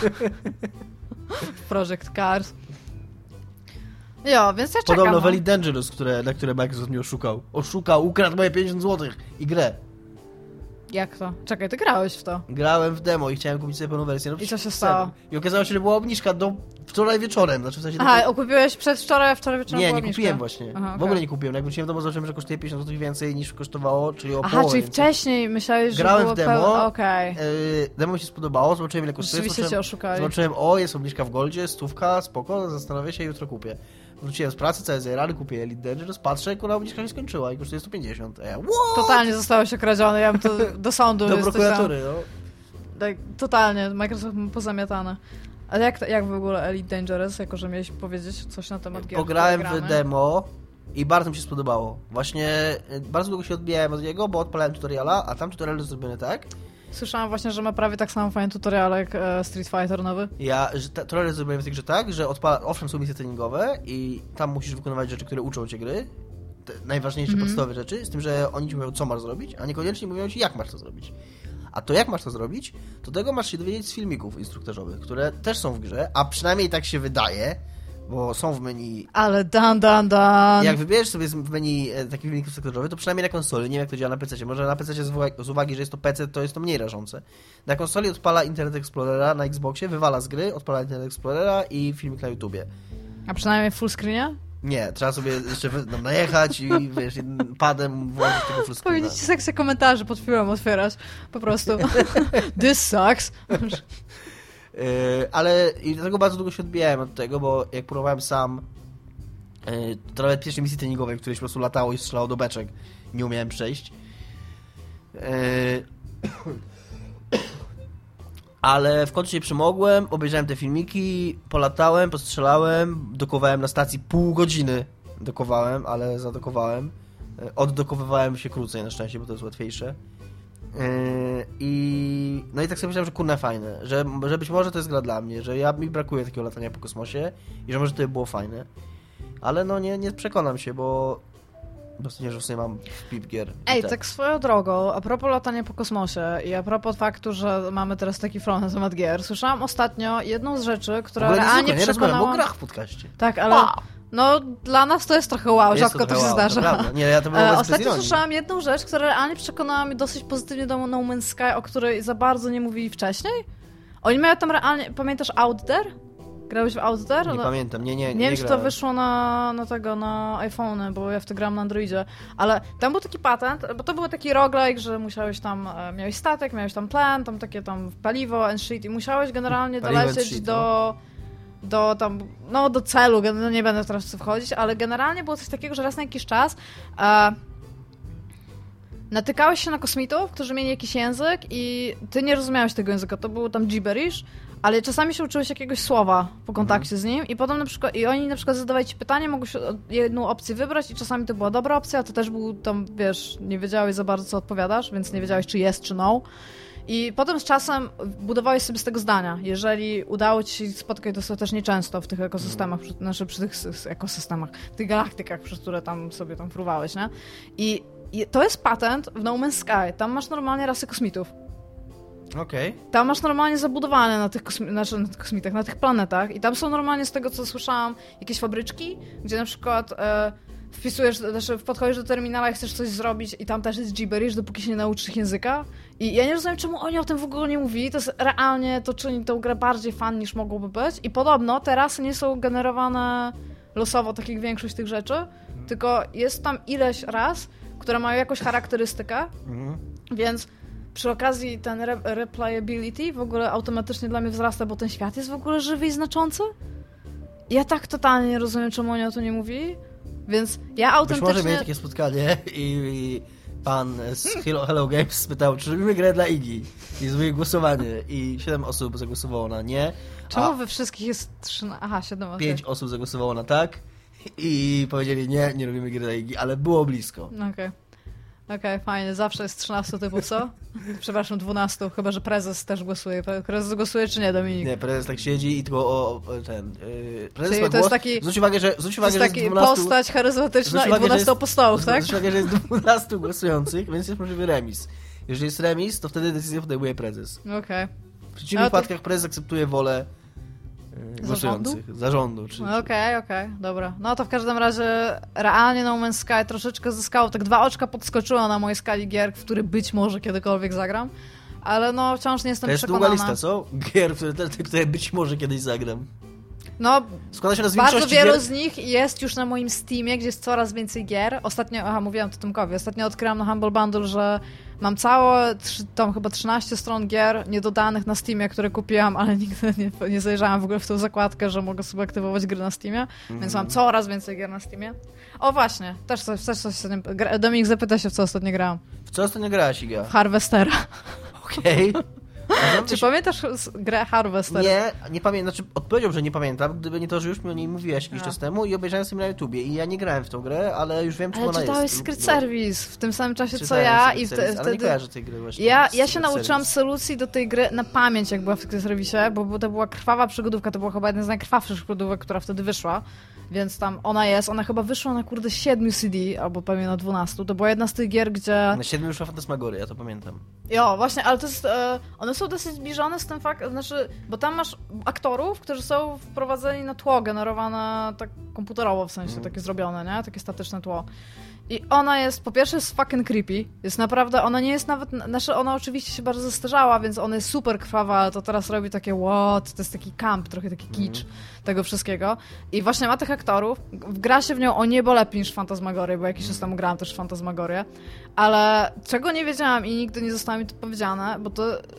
Speaker 3: W Project Cars. Jo, więc ja czekam.
Speaker 2: Podobno w Elite Dangerous, na które Microsoft mnie oszukał. Ukradł moje 50 zł i grę.
Speaker 3: Jak to? Czekaj, ty grałeś w to?
Speaker 2: Grałem w demo i chciałem kupić sobie pełną wersję. No,
Speaker 3: i co się stało?
Speaker 2: I okazało się, że była obniżka do wczoraj wieczorem. Znaczy w sensie
Speaker 3: kupiłeś przedwczoraj, a wczoraj wieczorem była obniżka?
Speaker 2: Nie kupiłem właśnie.
Speaker 3: Aha,
Speaker 2: w ogóle nie kupiłem. Jak wróciłem do domu, zobaczyłem, że kosztuje 50 zł więcej niż kosztowało, czyli o połowę.
Speaker 3: Aha, czyli wcześniej myślałeś, że
Speaker 2: grałem w demo,
Speaker 3: okej.
Speaker 2: Demo mi się spodobało, zobaczyłem ile kosztuje.
Speaker 3: Rzeczywiście cię oszukali.
Speaker 2: Zobaczyłem, jest obniżka w Goldzie, 100, spoko, zastanowię się, jutro kupię. Wróciłem z pracy, całe zjarany, kupię Elite Dangerous, patrzę, kurwa, obniżka się skończyła i kosztuje 150.
Speaker 3: Totalnie zostałeś okradziony, ja bym to do sądu.
Speaker 2: Do prokuratury, no.
Speaker 3: Tak, totalnie, Microsoft pozamiatane. Ale jak w ogóle Elite Dangerous, jako że miałeś powiedzieć coś na temat gier?
Speaker 2: Pograłem w demo i bardzo mi się spodobało. Właśnie bardzo długo się odbijałem od niego, bo odpalałem tutoriala, a tam tutorial jest zrobiony tak.
Speaker 3: Słyszałam właśnie, że ma prawie tak samo fajny tutorial jak Street Fighter nowy.
Speaker 2: Tutorial jest zrobiony w tej grze tak, że owszem są misje treningowe i tam musisz wykonywać rzeczy, które uczą cię gry. Te najważniejsze, podstawowe rzeczy, z tym, że oni ci mówią, co masz zrobić, a niekoniecznie mówią ci, jak masz to zrobić. A to jak masz to zrobić, to tego masz się dowiedzieć z filmików instruktażowych, które też są w grze, a przynajmniej tak się wydaje, bo są w menu...
Speaker 3: Ale dan.
Speaker 2: Jak wybierzesz sobie w menu taki filmik instruktażowy, to przynajmniej na konsoli, nie wiem jak to działa na PC. Może na PC z uwagi, że jest to PC, to jest to mniej rażące. Na konsoli odpala Internet Explorera, na Xboxie wywala z gry, odpala Internet Explorera i filmik na YouTubie.
Speaker 3: A przynajmniej w full screenie?
Speaker 2: Nie, trzeba sobie jeszcze najechać i wiesz, padem włożyć tego full screena.
Speaker 3: Powinien ci sekcję komentarzy pod filmem otwierać. Po prostu. This sucks.
Speaker 2: Ale i dlatego bardzo długo się odbijałem od tego, bo jak próbowałem sam to nawet pierwszej misji treningowej, w której po prostu latało i strzelało do beczek, nie umiałem przejść. Ale w końcu się przemogłem, obejrzałem te filmiki, polatałem, postrzelałem, dokowałem na stacji pół godziny dokowałem, ale zadokowałem. Oddokowywałem się krócej na szczęście, bo to jest łatwiejsze. No i tak sobie myślałem, że kurna fajne, że być może to jest gra dla mnie, że mi brakuje takiego latania po kosmosie i że może to by było fajne. Ale no nie przekonam się, bo nie, że w sumie mam wpip gier.
Speaker 3: Ej, tak swoją drogą, a propos latania po kosmosie i a propos faktu, że mamy teraz taki front na temat gier, słyszałam ostatnio jedną z rzeczy, która realnie przekonała...
Speaker 2: Nie o grach w podcaście.
Speaker 3: Tak, ale... No, dla nas to jest trochę wow, rzadko to się zdarza.
Speaker 2: Nie, ja to było
Speaker 3: ostatnio słyszałam jedną rzecz, która realnie przekonała mnie dosyć pozytywnie do No Man's Sky, o której za bardzo nie mówili wcześniej. Oni mają tam realnie... Pamiętasz Out There? Grałeś w Out There?
Speaker 2: Nie pamiętam, nie
Speaker 3: wiem, czy to wyszło na iPhone, bo ja w to gram na Androidzie, ale tam był taki patent, bo to był taki roguelike, że musiałeś tam, miałeś statek, miałeś tam plan, tam takie tam paliwo and shit i musiałeś generalnie dolecieć do celu, no nie będę teraz w co wchodzić, ale generalnie było coś takiego, że raz na jakiś czas natykałeś się na kosmitów, którzy mieli jakiś język i ty nie rozumiałeś tego języka, to był tam gibberish, ale czasami się uczyłeś jakiegoś słowa po kontakcie z nim i potem na przykład, i oni na przykład zadawali ci pytanie, mogłeś jedną opcję wybrać i czasami to była dobra opcja, a to też był tam, wiesz, nie wiedziałeś za bardzo co odpowiadasz, więc nie wiedziałeś czy jest, czy no. I potem z czasem budowałeś sobie z tego zdania. Jeżeli udało ci się spotkać dostatecznie często w tych ekosystemach, przy tych ekosystemach, w tych galaktykach, przez które tam sobie tam fruwałeś, nie? I to jest patent w No Man's Sky. Tam masz normalnie rasy kosmitów.
Speaker 2: Okej.
Speaker 3: Tam masz normalnie zabudowane na tych kosmitach, na tych planetach i tam są normalnie, z tego co słyszałam, jakieś fabryczki, gdzie na przykład wpisujesz, podchodzisz do terminala i chcesz coś zrobić i tam też jest gibberish, dopóki się nie nauczysz ich języka. I ja nie rozumiem, czemu oni o tym w ogóle nie mówili. To jest realnie, to czyni tę grę bardziej fan niż mogłoby być. I podobno te rasy nie są generowane losowo, tak jak większość tych rzeczy, tylko jest tam ileś ras, które mają jakąś charakterystykę, więc przy okazji ten replayability w ogóle automatycznie dla mnie wzrasta, bo ten świat jest w ogóle żywy i znaczący. Ja tak totalnie nie rozumiem, czemu oni o tym nie mówili. Więc ja autentycznie...
Speaker 2: Być może mieli takie spotkanie i pan z Hello Games spytał, czy robimy grę dla Iggy. I zrobił głosowanie i 7 osób zagłosowało na nie.
Speaker 3: Czemu we wszystkich jest 7 osób?
Speaker 2: 5 osób zagłosowało na tak i powiedzieli nie robimy gry dla Iggy, ale było blisko.
Speaker 3: Okej, fajnie. Zawsze jest 13 typów, co? Przepraszam, 12, chyba że prezes też głosuje. Prezes głosuje czy nie, Dominik?
Speaker 2: Nie, prezes tak siedzi i tylko prezes
Speaker 3: czyli
Speaker 2: ma
Speaker 3: to
Speaker 2: głos.
Speaker 3: Jest taki,
Speaker 2: zwróć uwagę, że jest
Speaker 3: taki
Speaker 2: 12...
Speaker 3: postać charyzmatyczna i 12 apostołów, tak?
Speaker 2: Zwróć uwagę, że jest 12 głosujących, więc jest możliwy remis. Jeżeli jest remis, to wtedy decyzję podejmuje prezes.
Speaker 3: Okej.
Speaker 2: W przeciwnych wypadkach prezes akceptuje wolę głosujących. Zarządu.
Speaker 3: Okej, dobra. No to w każdym razie realnie No Man's Sky troszeczkę zyskało, tak 2 oczka podskoczyło na mojej skali gier, w który być może kiedykolwiek zagram, ale no wciąż nie jestem przekonana.
Speaker 2: To jest długa lista, co? Gier, które być może kiedyś zagram.
Speaker 3: No,
Speaker 2: składa się z
Speaker 3: bardzo wielu z nich jest już na moim Steamie, gdzie jest coraz więcej gier. Ostatnio, mówiłam to Tomkowi, ostatnio odkryłam na Humble Bundle, że mam całe, tam chyba 13 stron gier niedodanych na Steamie, które kupiłam, ale nigdy nie zajrzałam w ogóle w tą zakładkę, że mogę sobie aktywować gry na Steamie, więc mam coraz więcej gier na Steamie. O właśnie, też coś ostatnio... Dominik zapyta się, w co ostatnio grałam.
Speaker 2: W co ostatnio grałaś, Iga?
Speaker 3: W Harvestera.
Speaker 2: Okej.
Speaker 3: Czy pamiętasz grę Harvester?
Speaker 2: Nie pamiętam, znaczy odpowiedział, że nie pamiętam, gdyby nie to, że już mi o niej mówiłaś jakiś czas temu i obejrzałem sobie na YouTubie i ja nie grałem w tą grę, ale już wiem, czym ona jest.
Speaker 3: Ale czytałeś Secret Service w tym samym czasie, co ja i wtedy...
Speaker 2: Ale nie kojarzę tej gry właśnie.
Speaker 3: Ja się nauczyłam solucji do tej gry na pamięć, jak była w Secret Service, bo to była krwawa przygodówka, to była chyba jedna z najkrwawszych przygodówek, która wtedy wyszła, więc tam ona chyba wyszła na 7 CD, albo pewnie na 12, to była jedna z tych gier, gdzie...
Speaker 2: Na 7 wyszła Fantasmagoria, ja to pamiętam.
Speaker 3: Jo, właśnie, ale to jest... one są dosyć zbliżone z tym faktem, znaczy, bo tam masz aktorów, którzy są wprowadzeni na tło, generowane tak komputerowo, w sensie takie zrobione, nie? Takie statyczne tło. I ona jest, po pierwsze jest fucking creepy, jest naprawdę, ona nie jest nawet, znaczy ona oczywiście się bardzo zestarzała, więc ona jest super krwawa, ale to teraz robi takie to jest taki camp, trochę taki kicz tego wszystkiego. I właśnie ma tych aktorów, gra się w nią o niebo lepiej niż Fantasmagorię, bo jakiś czas temu grałam też Fantasmagorię, ale czego nie wiedziałam i nigdy nie zostało mi to powiedziane, bo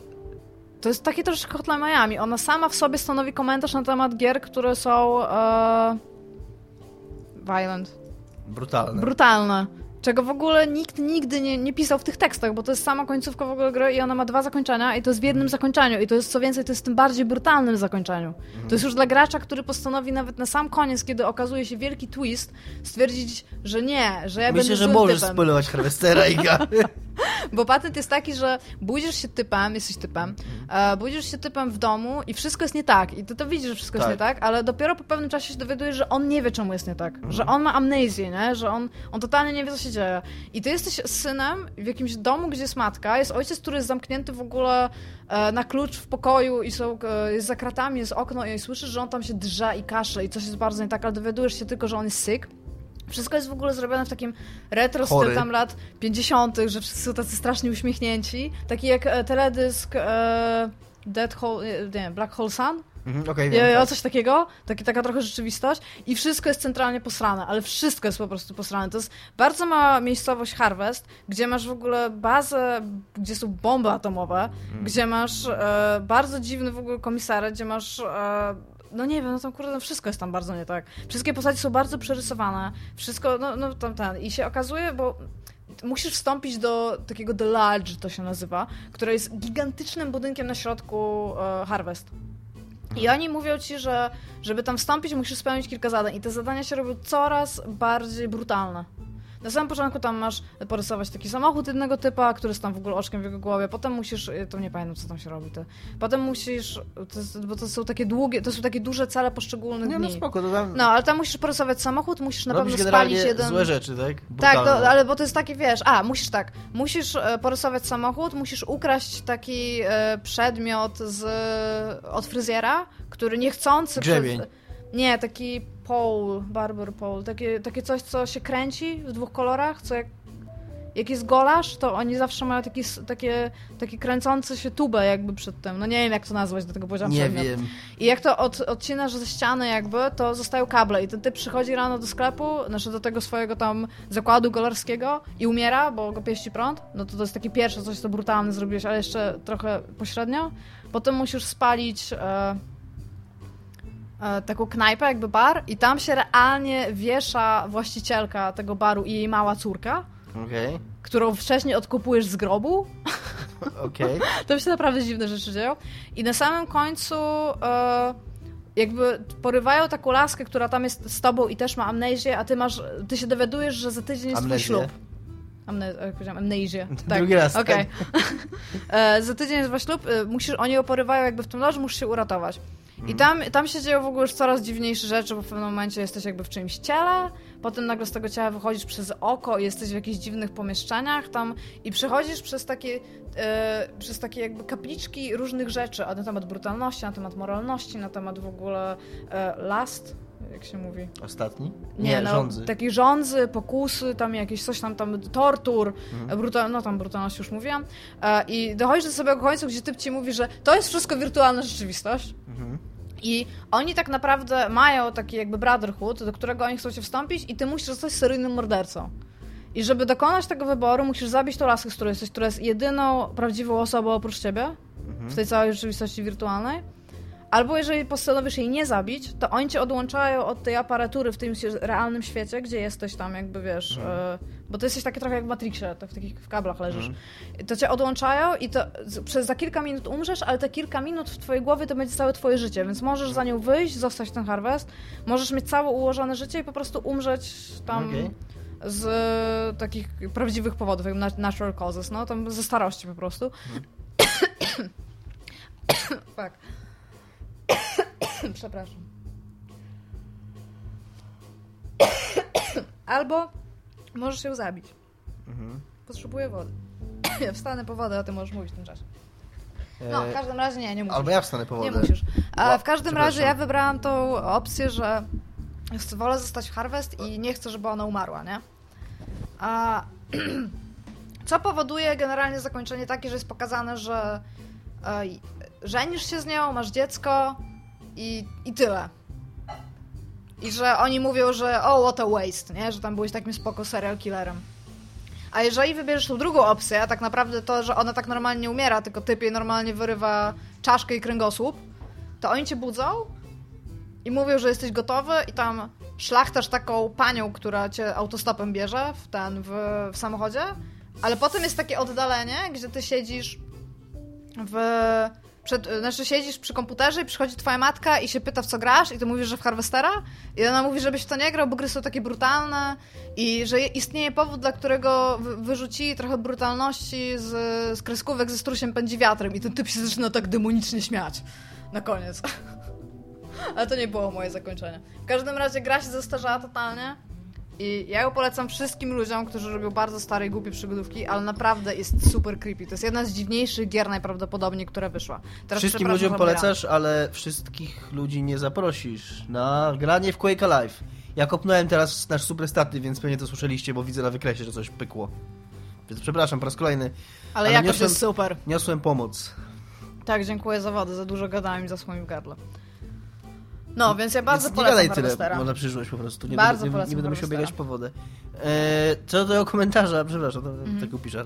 Speaker 3: to jest takie troszkę Hotline Miami. Ona sama w sobie stanowi komentarz na temat gier, które są violent.
Speaker 2: Brutalne.
Speaker 3: czego w ogóle nikt nigdy nie pisał w tych tekstach, bo to jest sama końcówka w ogóle gry i ona ma 2 zakończenia i to jest w jednym zakończeniu i to jest, co więcej, to jest w tym bardziej brutalnym zakończeniu. To jest już dla gracza, który postanowi nawet na sam koniec, kiedy okazuje się wielki twist, stwierdzić, że nie, że ja
Speaker 2: Myślę, że możesz spoilować Harvestera i
Speaker 3: Bo patent jest taki, że budzisz się typem, jesteś typem, budzisz się typem w domu i wszystko jest nie tak. I ty to widzisz, że wszystko jest nie tak, ale dopiero po pewnym czasie się dowiadujesz, że on nie wie, czemu jest nie tak. Że on ma amnezję, nie? Że on totalnie nie wie, co się dzieje. I ty jesteś synem w jakimś domu, gdzie jest matka, jest ojciec, który jest zamknięty w ogóle na klucz w pokoju i jest za kratami, jest okno i słyszysz, że on tam się drze i kaszle i coś jest bardzo nie tak, ale dowiadujesz się tylko, że on jest sick. Wszystko jest w ogóle zrobione w takim retro stylu tam lat 50., że wszyscy są tacy strasznie uśmiechnięci. Taki jak teledysk Black Hole Sun. Coś takiego. Taka trochę rzeczywistość. I wszystko jest centralnie posrane, ale wszystko jest po prostu posrane. To jest bardzo mała miejscowość Harvest, gdzie masz w ogóle bazę, gdzie są bomby atomowe, gdzie masz bardzo dziwny w ogóle komisariat, gdzie masz... No nie wiem, tam kurde, wszystko jest tam bardzo nie tak. Wszystkie postacie są bardzo przerysowane. Wszystko, I się okazuje, bo musisz wstąpić do takiego The Lodge, to się nazywa, które jest gigantycznym budynkiem na środku Harvest. I oni mówią ci, że żeby tam wstąpić, musisz spełnić kilka zadań. I te zadania się robią coraz bardziej brutalne. Na samym początku tam masz porysować taki samochód jednego typa, który jest tam w ogóle oczkiem w jego głowie. Potem musisz, to nie pamiętam, co tam się robi. Potem musisz, bo to są takie długie, to są takie duże cele poszczególnych dni.
Speaker 2: No spoko, to tam...
Speaker 3: No, ale tam musisz porysować samochód, musisz na pewno spalić jeden...
Speaker 2: złe rzeczy, tak?
Speaker 3: Brutalne. Tak, ale bo to jest takie, wiesz, musisz porysować samochód, musisz ukraść taki przedmiot od fryzjera, który niechcący...
Speaker 2: Grzebień.
Speaker 3: Nie, taki barber pole, takie coś, co się kręci w 2 kolorach, co jak jest golasz, to oni zawsze mają taki kręcący się tubę jakby przed tym. No nie wiem, jak to nazwać, do tego powiedziałam przedmiot.
Speaker 2: Wiem.
Speaker 3: I jak to odcinasz ze ściany jakby, to zostają kable i ten typ przychodzi rano do sklepu, znaczy do tego swojego tam zakładu golarskiego i umiera, bo go pieści prąd. No to jest takie pierwsze coś, co brutalne zrobiłeś, ale jeszcze trochę pośrednio. Potem musisz spalić... taką knajpę, jakby bar i tam się realnie wiesza właścicielka tego baru i jej mała córka, którą wcześniej odkupujesz z grobu. To się naprawdę dziwne rzeczy dzieją. I na samym końcu jakby porywają taką laskę, która tam jest z tobą i też ma amnezję, a ty się dowiadujesz, że za tydzień jest twój ślub. Amnezję. Tak.
Speaker 2: Drugi raz.
Speaker 3: Okay. Za tydzień jest wasz ślub, oni ją porywają jakby w tym loży, musisz się uratować. I tam się dzieją w ogóle już coraz dziwniejsze rzeczy, bo w pewnym momencie jesteś jakby w czyimś ciele, potem nagle z tego ciała wychodzisz przez oko i jesteś w jakichś dziwnych pomieszczeniach tam i przechodzisz przez takie jakby kapliczki różnych rzeczy, na temat brutalności, na temat moralności, na temat w ogóle last, jak się mówi?
Speaker 2: Ostatni?
Speaker 3: Nie, żądzy. Takie żądzy, pokusy, tam jakieś coś tam tortur, tam brutalność już mówiłam. I dochodzisz do samego końca, gdzie typ ci mówi, że to jest wszystko wirtualna rzeczywistość. I oni tak naprawdę mają taki jakby brotherhood, do którego oni chcą się wstąpić i ty musisz zostać seryjnym mordercą. I żeby dokonać tego wyboru, musisz zabić tą laskę, z którą jesteś, która jest jedyną prawdziwą osobą oprócz ciebie w tej całej rzeczywistości wirtualnej. Albo jeżeli postanowisz jej nie zabić, to oni cię odłączają od tej aparatury w tym realnym świecie, gdzie jesteś tam jakby, wiesz, bo to jesteś taki trochę jak w Matrixie, to w kablach leżysz. To cię odłączają i to za kilka minut umrzesz, ale te kilka minut w twojej głowie to będzie całe twoje życie, więc możesz za nią wyjść, zostać ten Harvest, możesz mieć całe ułożone życie i po prostu umrzeć tam z takich prawdziwych powodów, jak natural causes, no, tam ze starości po prostu. Tak. Przepraszam. Albo możesz ją zabić. Potrzebuję wody. Ja wstanę po wodę, a ty możesz mówić w tym czasie. No, w każdym razie nie musisz.
Speaker 2: Albo ja wstanę po wodę.
Speaker 3: Nie musisz. A w każdym razie ja wybrałam tą opcję, że wolę zostać w Harvest i nie chcę, żeby ona umarła, nie? A co powoduje generalnie zakończenie takie, że jest pokazane, że żenisz się z nią, masz dziecko i tyle. I że oni mówią, że what a waste, nie? Że tam byłeś takim spoko serial killerem. A jeżeli wybierzesz tą drugą opcję, a tak naprawdę to, że ona tak normalnie umiera, tylko typ jej normalnie wyrywa czaszkę i kręgosłup, to oni cię budzą i mówią, że jesteś gotowy i tam szlachtasz taką panią, która cię autostopem bierze w samochodzie, ale potem jest takie oddalenie, gdzie ty siedzisz siedzisz przy komputerze i przychodzi twoja matka i się pyta, w co grasz i ty mówisz, że w Harvestera i ona mówi, żebyś w to nie grał, bo gry są takie brutalne i że istnieje powód, dla którego wyrzucili trochę brutalności z kreskówek ze Strusiem pędzi wiatrem i ten typ się zaczyna tak demonicznie śmiać na koniec. Ale to nie było moje zakończenie. W każdym razie gra się zestarzała totalnie i ja ją polecam wszystkim ludziom, którzy robią bardzo stare i głupie przygodówki, ale naprawdę jest super creepy. To jest jedna z dziwniejszych gier najprawdopodobniej, która wyszła. Teraz
Speaker 2: wszystkim ludziom polecasz, ale wszystkich ludzi nie zaprosisz na granie w Quake Alive. Ja kopnąłem teraz nasz super staty, więc pewnie to słyszeliście, bo widzę na wykresie, że coś pykło. Więc przepraszam po raz kolejny.
Speaker 3: Ale jakoś jest super.
Speaker 2: Niosłem pomoc.
Speaker 3: Tak, dziękuję za wodę. Za dużo gadałem i zasłonił mi gardle. No, więc ja bardzo polecam Harvestera.
Speaker 2: Tyle, można przyjrzeć po prostu. Nie będę musiał biegać po wodę. Co do tego komentarza, przepraszam, taki piszar.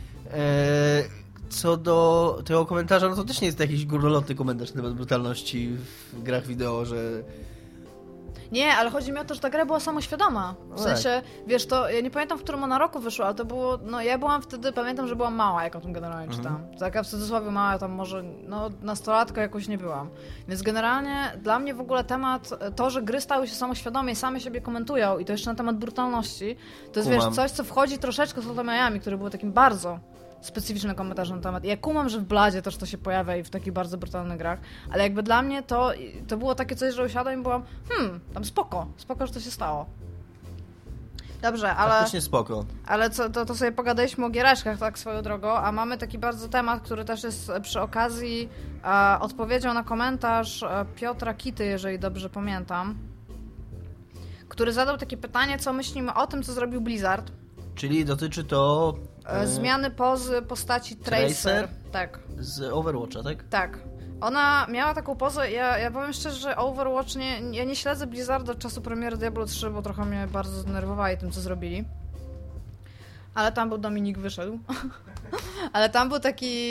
Speaker 2: Co do tego komentarza, no to też nie jest jakiś górnolotny komentarz na temat brutalności w grach wideo, że...
Speaker 3: Nie, ale chodzi mi o to, że ta gra była samoświadoma. W sensie, wiesz, to ja nie pamiętam, w którym ona roku wyszła, ale to było, no ja byłam wtedy, pamiętam, że byłam mała, jak o tym generalnie czytałam. Taka w cudzysłowie mała, tam może, no nastolatka jakoś nie byłam. Więc generalnie dla mnie w ogóle temat, to, że gry stały się samoświadome i same siebie komentują i to jeszcze na temat brutalności, to jest, wiesz, coś, co wchodzi troszeczkę z Miami, który był takim bardzo specyficzny komentarz na temat. Ja kumam, że w Bladzie też to się pojawia i w takich bardzo brutalnych grach, ale jakby dla mnie to było takie coś, że usiadłem i byłam tam spoko, że to się stało. Dobrze, ale...
Speaker 2: Faktycznie spoko.
Speaker 3: Ale to sobie pogadaliśmy o giereczkach, tak swoją drogą, a mamy taki bardzo temat, który też jest przy okazji odpowiedzią na komentarz Piotra Kity, jeżeli dobrze pamiętam, który zadał takie pytanie, co myślimy o tym, co zrobił Blizzard.
Speaker 2: Czyli dotyczy to...
Speaker 3: zmiany pozy postaci Tracer. Tak.
Speaker 2: Z Overwatcha, tak?
Speaker 3: Tak. Ona miała taką pozę, ja powiem szczerze, że Overwatch ja nie śledzę Blizzarda od czasu premiery Diablo 3, bo trochę mnie bardzo zdenerwowali tym, co zrobili. Ale tam był Dominik, wyszedł. Ale tam był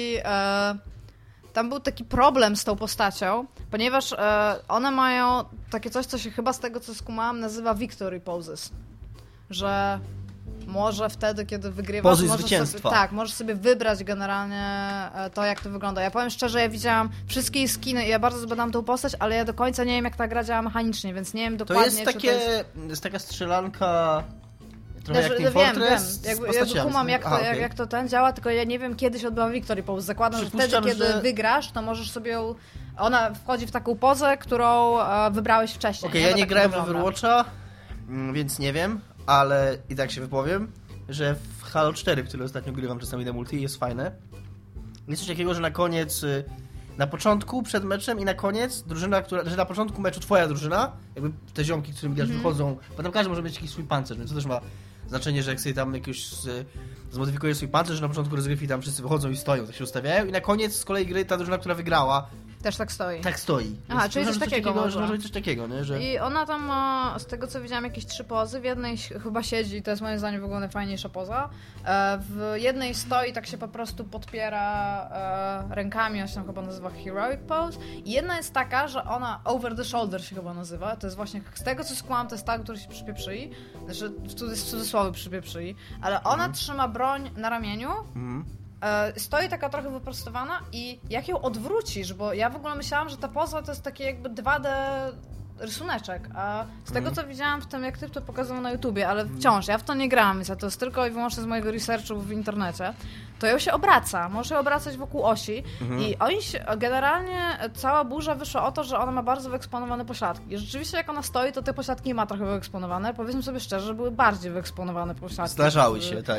Speaker 3: taki problem z tą postacią, ponieważ one mają takie coś, co się chyba z tego, co skumałam, nazywa Victory Poses. Że może wtedy, kiedy wygrywasz, możesz sobie wybrać generalnie to, jak to wygląda. Ja powiem szczerze, ja widziałam wszystkie skiny i ja bardzo zbadałam tą postać, ale ja do końca nie wiem, jak ta gra działa mechanicznie, więc nie wiem dokładnie,
Speaker 2: to jest taka strzelanka trochę jak Team Fortress.
Speaker 3: Wiem. Jakby kumam, jak to ten działa, tylko ja nie wiem, kiedy się odbywa Victory Pose. Zakładam, że wtedy, kiedy wygrasz, to możesz sobie ją... Ona wchodzi w taką pozę, którą wybrałeś wcześniej.
Speaker 2: Okej, ja nie grałem w Overwatcha, więc nie wiem. Ale i tak się wypowiem, że w Halo 4, który ostatnio grywam czasami na multi, jest fajne. Jest coś takiego, że na koniec, na początku, przed meczem i na koniec drużyna, że na początku meczu twoja drużyna, jakby te ziomki, którymi grasz, wychodzą, potem każdy może mieć jakiś swój pancerz, więc to też ma znaczenie, że jak sobie tam jakoś zmodyfikujesz swój pancerz, że na początku rozgrywki tam wszyscy wychodzą i stoją, tak się ustawiają i na koniec z kolei gry ta drużyna, która wygrała,
Speaker 3: też tak stoi.
Speaker 2: Tak stoi.
Speaker 3: Aha, czyli coś takiego
Speaker 2: może coś takiego, nie? Że...
Speaker 3: I ona tam ma, z tego co widziałam, jakieś 3 pozy. W jednej chyba siedzi, to jest moim zdaniem w ogóle najfajniejsza poza. W jednej stoi, tak się po prostu podpiera rękami, on się tam chyba nazywa Heroic Pose. I jedna jest taka, że ona Over the Shoulder się chyba nazywa. To jest właśnie, z tego co skłamam, to jest ta, która się przypieprzyli. Znaczy, w cudzysłowie przypieprzyli. Ale ona trzyma broń na ramieniu. Stoi taka trochę wyprostowana i jak ją odwrócisz, bo ja w ogóle myślałam, że ta poza to jest taki jakby 2D rysuneczek, a z tego co widziałam w tym, jak ty to pokazał na YouTubie, ale wciąż, ja w to nie grałam, więc to jest tylko i wyłącznie z mojego researchu w internecie, to ją się obraca, może się obracać wokół osi i oni się, generalnie cała burza wyszła o to, że ona ma bardzo wyeksponowane pośladki. I rzeczywiście jak ona stoi, to te pośladki ma trochę wyeksponowane, powiedzmy sobie szczerze, że były bardziej wyeksponowane pośladki.
Speaker 2: Zdarzały się, tak.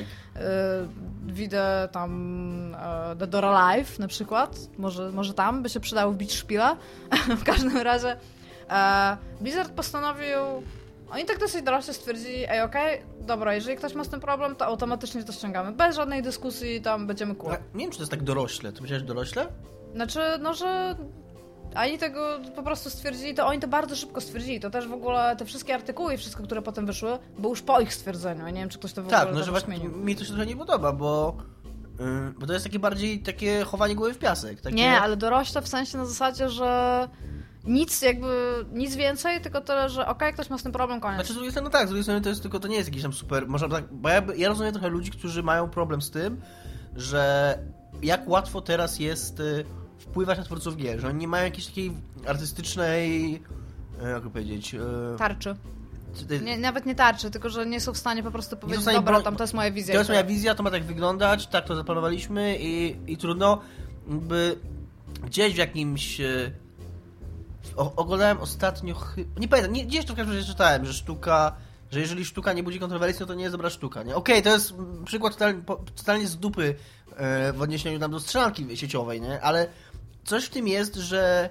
Speaker 3: Widzę tam The Door Alive na przykład, może tam by się przydało wbić szpilę. W każdym razie Blizzard postanowił, oni tak dosyć dorośli stwierdzili, okej, dobra, jeżeli ktoś ma z tym problem, to automatycznie to ściągamy. Bez żadnej dyskusji, tam będziemy cool.
Speaker 2: Nie wiem, czy to jest tak dorośle. Ty myślałeś dorośle?
Speaker 3: Znaczy, no, że oni tego po prostu stwierdzili, to oni to bardzo szybko stwierdzili. To też w ogóle te wszystkie artykuły i wszystko, które potem wyszły, było już po ich stwierdzeniu. Ja nie wiem, czy ktoś to w ogóle
Speaker 2: tak, no, że właśnie mi to się trochę nie podoba, bo to jest takie bardziej takie chowanie głowy w piasek. Takie...
Speaker 3: Nie, ale dorośle w sensie na zasadzie, że nic więcej, tylko tyle, że okej, ktoś ma z tym problem, koniec.
Speaker 2: Znaczy z drugiej strony tak, z drugiej strony to nie jest jakiś tam super, można tak, bo ja rozumiem trochę ludzi, którzy mają problem z tym, że jak łatwo teraz jest wpływać na twórców gier, że oni nie mają jakiejś takiej artystycznej, jak to powiedzieć...
Speaker 3: Tarczy. Nawet nie tarczy, tylko że nie są w stanie po prostu powiedzieć, dobra, to jest moja wizja.
Speaker 2: To jest moja wizja, to ma tak wyglądać, tak to zaplanowaliśmy i trudno, jakby gdzieś w jakimś... Oglądałem ostatnio... Nie pamiętam, gdzieś to w każdym razie czytałem, że jeżeli sztuka nie budzi kontrowersji, no to nie jest dobra sztuka, nie? Okej, to jest przykład totalnie z dupy w odniesieniu tam do strzelanki sieciowej, nie? Ale coś w tym jest, że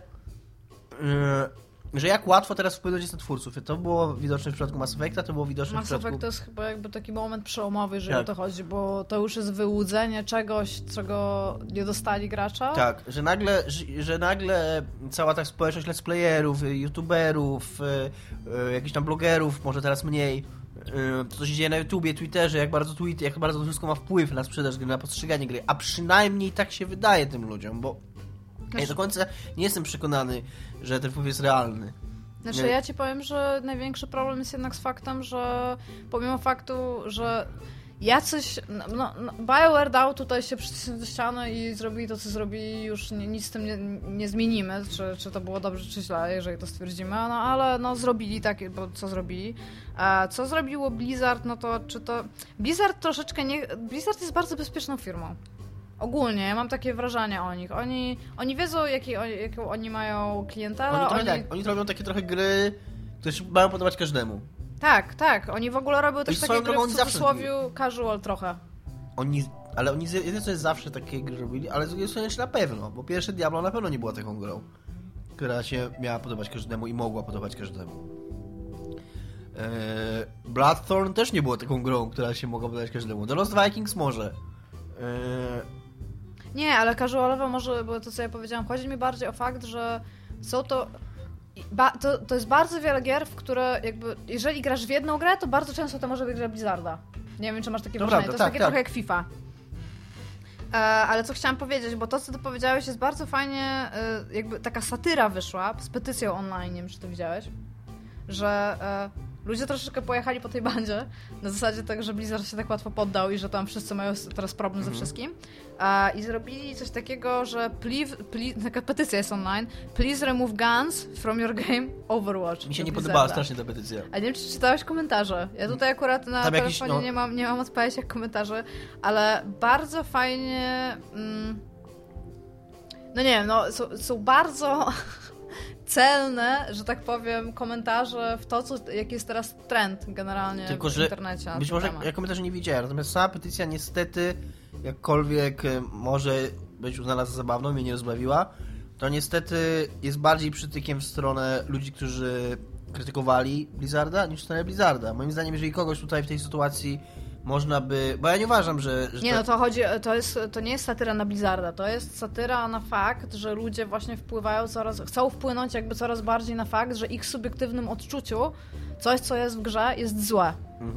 Speaker 2: jak łatwo teraz wpłynąć jest na twórców. To było widoczne w przypadku Mass Effecta, to było widoczne w przypadku...
Speaker 3: Mass Effect to jest chyba jakby taki moment przełomowy, jeżeli o to chodzi, bo to już jest wyłudzenie czegoś, czego nie dostali gracza. Tak,
Speaker 2: że nagle cała ta społeczność let's playerów, youtuberów, jakichś tam blogerów, może teraz mniej, to co się dzieje na YouTubie, Twitterze, jak bardzo to wszystko ma wpływ na sprzedaż gry, na postrzeganie gry, a przynajmniej tak się wydaje tym ludziom, bo ja do końca nie jestem przekonany, że ten wpływ jest realny.
Speaker 3: Znaczy ja ci powiem, że największy problem jest jednak z faktem, że pomimo faktu, że jacyś... BioWare dał tutaj się przycisnąć do ściany i zrobili to, co zrobili, już nic z tym nie zmienimy, czy to było dobrze, czy źle, jeżeli to stwierdzimy, ale zrobili tak, bo co zrobili. A co zrobiło Blizzard, no to czy to... Blizzard troszeczkę nie... Blizzard jest bardzo bezpieczną firmą. Ogólnie, ja mam takie wrażenie o nich. Oni wiedzą, jaką oni mają klientelę.
Speaker 2: Oni robią takie trochę gry, które się mają podobać każdemu.
Speaker 3: Tak. Oni w ogóle robią też takie gry w cudzysłowie casual trochę.
Speaker 2: Ale oni zawsze takie gry robili, ale z drugiej strony na pewno, bo pierwsze Diablo na pewno nie była taką grą, która się miała podobać każdemu i mogła podobać każdemu. Bloodthorn też nie było taką grą, która się mogła podobać każdemu. The Lost Vikings może.
Speaker 3: Nie, ale casualowo może, bo to co ja powiedziałam, chodzi mi bardziej o fakt, że są to jest bardzo wiele gier, w które jakby, jeżeli grasz w jedną grę, to bardzo często to może być gra Blizzarda. Nie wiem, czy masz takie wrażenie. To jest takie trochę jak FIFA. Ale co chciałam powiedzieć, bo to, co ty powiedziałeś, jest bardzo fajnie, jakby taka satyra wyszła z petycją online, nie wiem, czy to widziałeś, że ludzie troszeczkę pojechali po tej bandzie, na zasadzie tego, że Blizzard się tak łatwo poddał i że tam wszyscy mają teraz problem ze wszystkim. I zrobili coś takiego, że taka petycja jest online, please remove guns from your game Overwatch.
Speaker 2: Mi się nie podobała strasznie ta petycja.
Speaker 3: A nie wiem, czy czytałeś komentarze. Ja tutaj akurat na telefonie nie mam odpowiedzi jak komentarzy, ale bardzo fajnie... no nie wiem, są bardzo... celne, że tak powiem, komentarze w to, jaki jest teraz trend generalnie w internecie.
Speaker 2: Być może ja komentarzy nie widziałem, natomiast sama petycja niestety, jakkolwiek może być uznana za zabawną, mnie nie rozbawiła, to niestety jest bardziej przytykiem w stronę ludzi, którzy krytykowali Blizzarda, niż w stronę Blizzarda. Moim zdaniem, jeżeli kogoś tutaj w tej sytuacji można by... Bo ja nie uważam, że
Speaker 3: nie, no to chodzi... To nie jest satyra na Blizzarda, to jest satyra na fakt, że ludzie właśnie chcą wpłynąć jakby coraz bardziej na fakt, że ich subiektywnym odczuciu coś, co jest w grze, jest złe.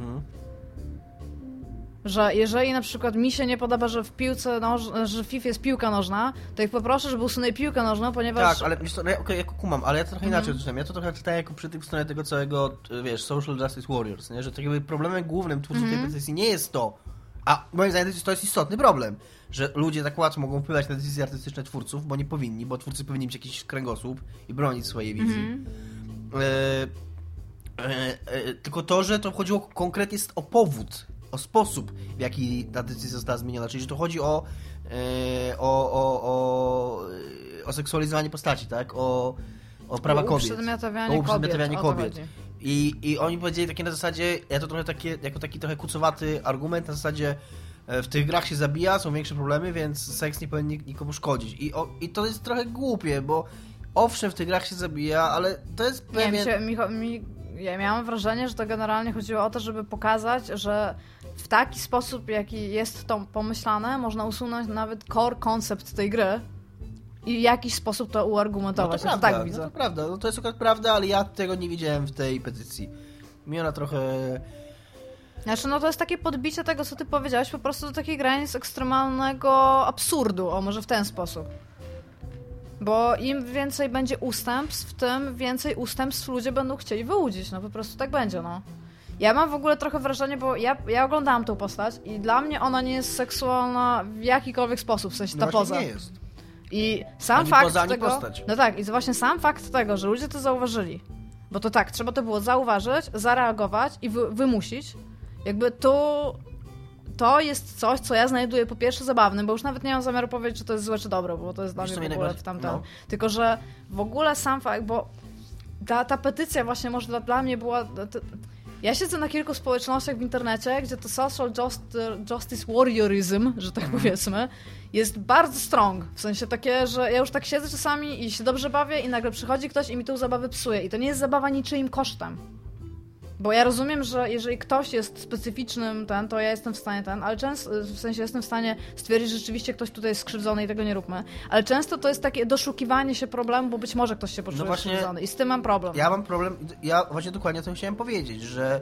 Speaker 3: Że jeżeli na przykład mi się nie podoba, że w piłce że w FIFA jest piłka nożna, to ich poproszę, żeby usunęli piłkę nożną, ponieważ...
Speaker 2: Tak, ale ja kumam, ale ja to trochę inaczej odczytam. Ja to trochę czytam jako przytyk w stronę tego całego, wiesz, Social Justice Warriors, nie? Że tak jakby problemem głównym twórców tej petycji nie jest to, a moim zdaniem to jest istotny problem, że ludzie tak łatwo mogą wpływać na decyzje artystyczne twórców, bo nie powinni, bo twórcy powinni mieć jakiś kręgosłup i bronić swojej wizji. Tylko to, że to chodziło konkretnie o powód, o sposób, w jaki ta decyzja została zmieniona. Czyli, że to chodzi o seksualizowanie postaci, tak? O prawa kobiet.
Speaker 3: Uprzedmiotawianie kobiet.
Speaker 2: I oni powiedzieli takie na zasadzie, ja to trochę jako taki trochę kucowaty argument, na zasadzie w tych grach się zabija, są większe problemy, więc seks nie powinien nikomu szkodzić. I to jest trochę głupie, bo owszem, w tych grach się zabija, ale to jest pewien...
Speaker 3: Ja miałam wrażenie, że to generalnie chodziło o to, żeby pokazać, że w taki sposób, jaki jest to pomyślane, można usunąć nawet core koncept tej gry i w jakiś sposób to uargumentować.
Speaker 2: No to prawda, tak to prawda. No to jest akurat prawda, ale ja tego nie widziałem w tej petycji. Mi ona trochę...
Speaker 3: Znaczy, no to jest takie podbicie tego, co ty powiedziałeś, po prostu do takiej granic ekstremalnego absurdu, może w ten sposób. Bo im więcej będzie ustępstw, tym więcej ustępstw ludzie będą chcieli wyłudzić. No po prostu tak będzie, no. Ja mam w ogóle trochę wrażenie, bo ja oglądałam tą postać i dla mnie ona nie jest seksualna w jakikolwiek sposób, w sensie ta poza.
Speaker 2: Nie jest.
Speaker 3: I sam
Speaker 2: ani
Speaker 3: fakt
Speaker 2: poza, ani
Speaker 3: tego...
Speaker 2: postać.
Speaker 3: No tak, i właśnie sam fakt tego, że ludzie to zauważyli. Bo to tak, trzeba to było zauważyć, zareagować i wymusić. Jakby to jest coś, co ja znajduję po pierwsze zabawnym, bo już nawet nie mam zamiaru powiedzieć, czy to jest złe, czy dobre, bo to jest dla mnie w ogóle w tamtym. No. Tylko, że w ogóle sam fakt, bo ta petycja właśnie może dla mnie była... Ja siedzę na kilku społecznościach w internecie, gdzie to social justice warriorism, że tak powiedzmy, jest bardzo strong. W sensie takie, że ja już tak siedzę czasami i się dobrze bawię i nagle przychodzi ktoś i mi tą zabawę psuje. I to nie jest zabawa niczyim kosztem. Bo ja rozumiem, że jeżeli ktoś jest specyficznym to ja jestem w stanie ale często, w sensie jestem w stanie stwierdzić, że rzeczywiście ktoś tutaj jest skrzywdzony i tego nie róbmy. Ale często to jest takie doszukiwanie się problemu, bo być może ktoś się poczuje skrzywdzony i z tym mam problem.
Speaker 2: Ja mam problem, ja właśnie dokładnie o tym chciałem powiedzieć, że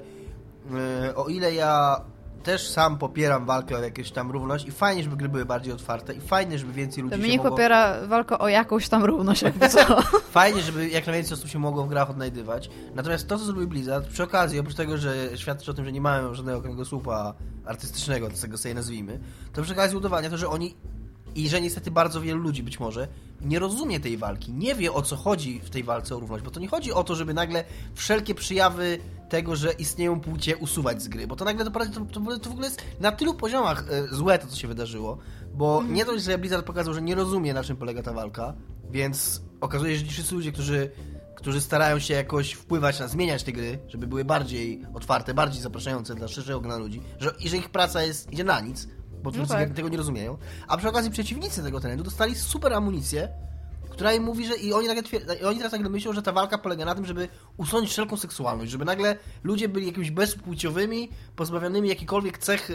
Speaker 2: o ile ja też sam popieram walkę o jakąś tam równość i fajnie, żeby gry były bardziej otwarte i fajnie, żeby więcej ludzi
Speaker 3: się mogło... popiera walkę o jakąś tam równość, jakby co.
Speaker 2: Fajnie, żeby jak najwięcej osób się mogło w grach odnajdywać. Natomiast to, co zrobił Blizzard, przy okazji, oprócz tego, że świadczy o tym, że nie mają żadnego kręgosłupa artystycznego, z tego sobie nazwijmy, to przy okazji udowadnia to, że oni i że niestety bardzo wielu ludzi być może nie rozumie tej walki, nie wie, o co chodzi w tej walce o równość, bo to nie chodzi o to, żeby nagle wszelkie przejawy tego, że istnieją płcie, usuwać z gry, bo to nagle to w ogóle jest na tylu poziomach złe to, co się wydarzyło, bo nie dość, że Blizzard pokazał, że nie rozumie, na czym polega ta walka, więc okazuje się, że wszyscy ludzie, którzy starają się jakoś wpływać na zmieniać te gry, żeby były bardziej otwarte, bardziej zapraszające dla szerszego grona ludzi, że ich praca idzie na nic, bo twórcy tego nie rozumieją, a przy okazji przeciwnicy tego trendu dostali super amunicję, która im mówi, że oni teraz nagle myślą, że ta walka polega na tym, żeby usunąć wszelką seksualność, żeby nagle ludzie byli jakimiś bezpłciowymi, pozbawionymi jakichkolwiek cech,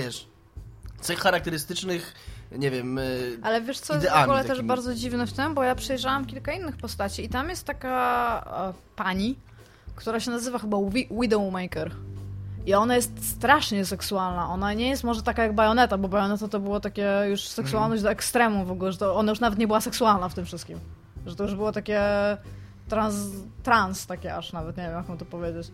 Speaker 2: cech charakterystycznych, nie wiem,
Speaker 3: ale wiesz co, jest w ogóle też bardzo dziwne w tym, bo ja przejrzałam kilka innych postaci i tam jest taka pani, która się nazywa chyba Widowmaker. I ona jest strasznie seksualna. Ona nie jest może taka jak Bayonetta, bo Bayonetta to było takie już seksualność do ekstremu w ogóle, że ona już nawet nie była seksualna w tym wszystkim. Że to już było takie trans takie aż nawet, nie wiem jak mam to powiedzieć.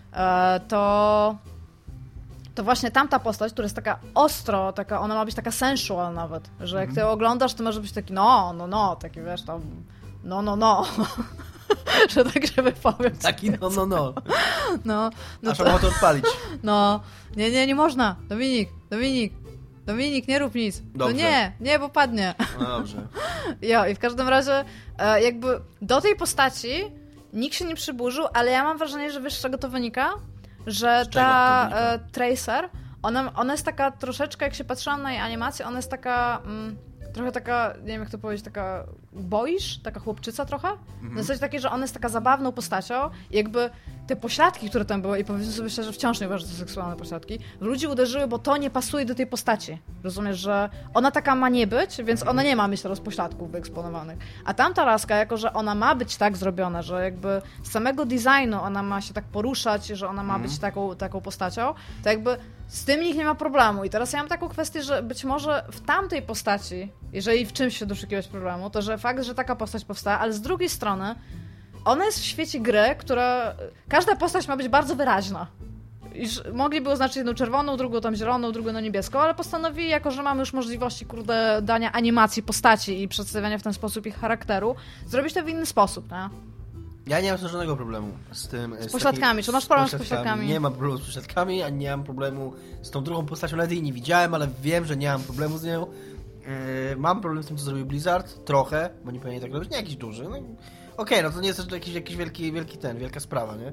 Speaker 3: To właśnie tamta postać, która jest taka ostro, ona ma być taka sensual nawet, że jak ty oglądasz, to może być taki no, taki wiesz tam, no. Że tak, żeby powiem.
Speaker 2: Taki no.
Speaker 3: No
Speaker 2: aż to... to odpalić.
Speaker 3: No, nie można. Dominik, nie rób nic.
Speaker 2: Dobrze.
Speaker 3: No nie, bo padnie.
Speaker 2: No dobrze.
Speaker 3: Ja, i w każdym razie jakby do tej postaci nikt się nie przyburzył, ale ja mam wrażenie, że wiesz, z czego to wynika? Że ta Tracer, ona jest taka troszeczkę, jak się patrzyłam na jej animację, ona jest taka... trochę taka, nie wiem jak to powiedzieć, taka boisz, taka chłopczyca trochę. W zasadzie takie, że ona jest taka zabawną postacią i jakby te pośladki, które tam były, i powiedzmy sobie szczerze, wciąż nie uważam, że to seksualne pośladki, w ludzi uderzyły, bo to nie pasuje do tej postaci. Rozumiesz, że ona taka ma nie być, więc ona nie ma mieć teraz pośladków wyeksponowanych. A tamta laska, jako że ona ma być tak zrobiona, że jakby z samego designu ona ma się tak poruszać, że ona ma być taką postacią, to jakby z tym nikt nie ma problemu. I teraz ja mam taką kwestię, że być może w tamtej postaci, jeżeli w czymś się doszukiwać problemu, to że fakt, że taka postać powstała, ale z drugiej strony ona jest w świecie gry, która... Każda postać ma być bardzo wyraźna. Iż mogliby oznaczyć jedną czerwoną, drugą tam zieloną, drugą na niebieską, ale postanowili, jako że mamy już możliwości, dania animacji postaci i przedstawiania w ten sposób ich charakteru, zrobić to w inny sposób, nie?
Speaker 2: Ja nie mam żadnego problemu z tym.
Speaker 3: Z pośladkami. Czy masz problem z pośladkami?
Speaker 2: Nie mam problemu z pośladkami, ani nie mam problemu z tą drugą postacią. Nawet jej nie widziałem, ale wiem, że nie mam problemu z nią. Mam problem z tym, co zrobił Blizzard. Trochę, bo nie powinien tak robić. Nie jakiś duży. No, Okej, no to nie jest też jakiś wielka sprawa, nie?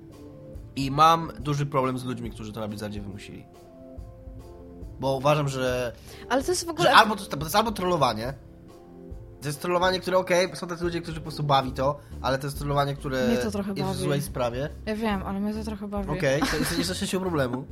Speaker 2: I mam duży problem z ludźmi, którzy to na Blizzardzie wymusili. Bo uważam, że...
Speaker 3: Ale to jest w ogóle...
Speaker 2: Bo to jest albo trollowanie. To jest trollowanie, które są tacy ludzie, którzy po prostu bawi to, ale to jest trollowanie, które jest w złej sprawie.
Speaker 3: Ja wiem, ale mnie to trochę bawi.
Speaker 2: To jest jeszcze częścią problemu.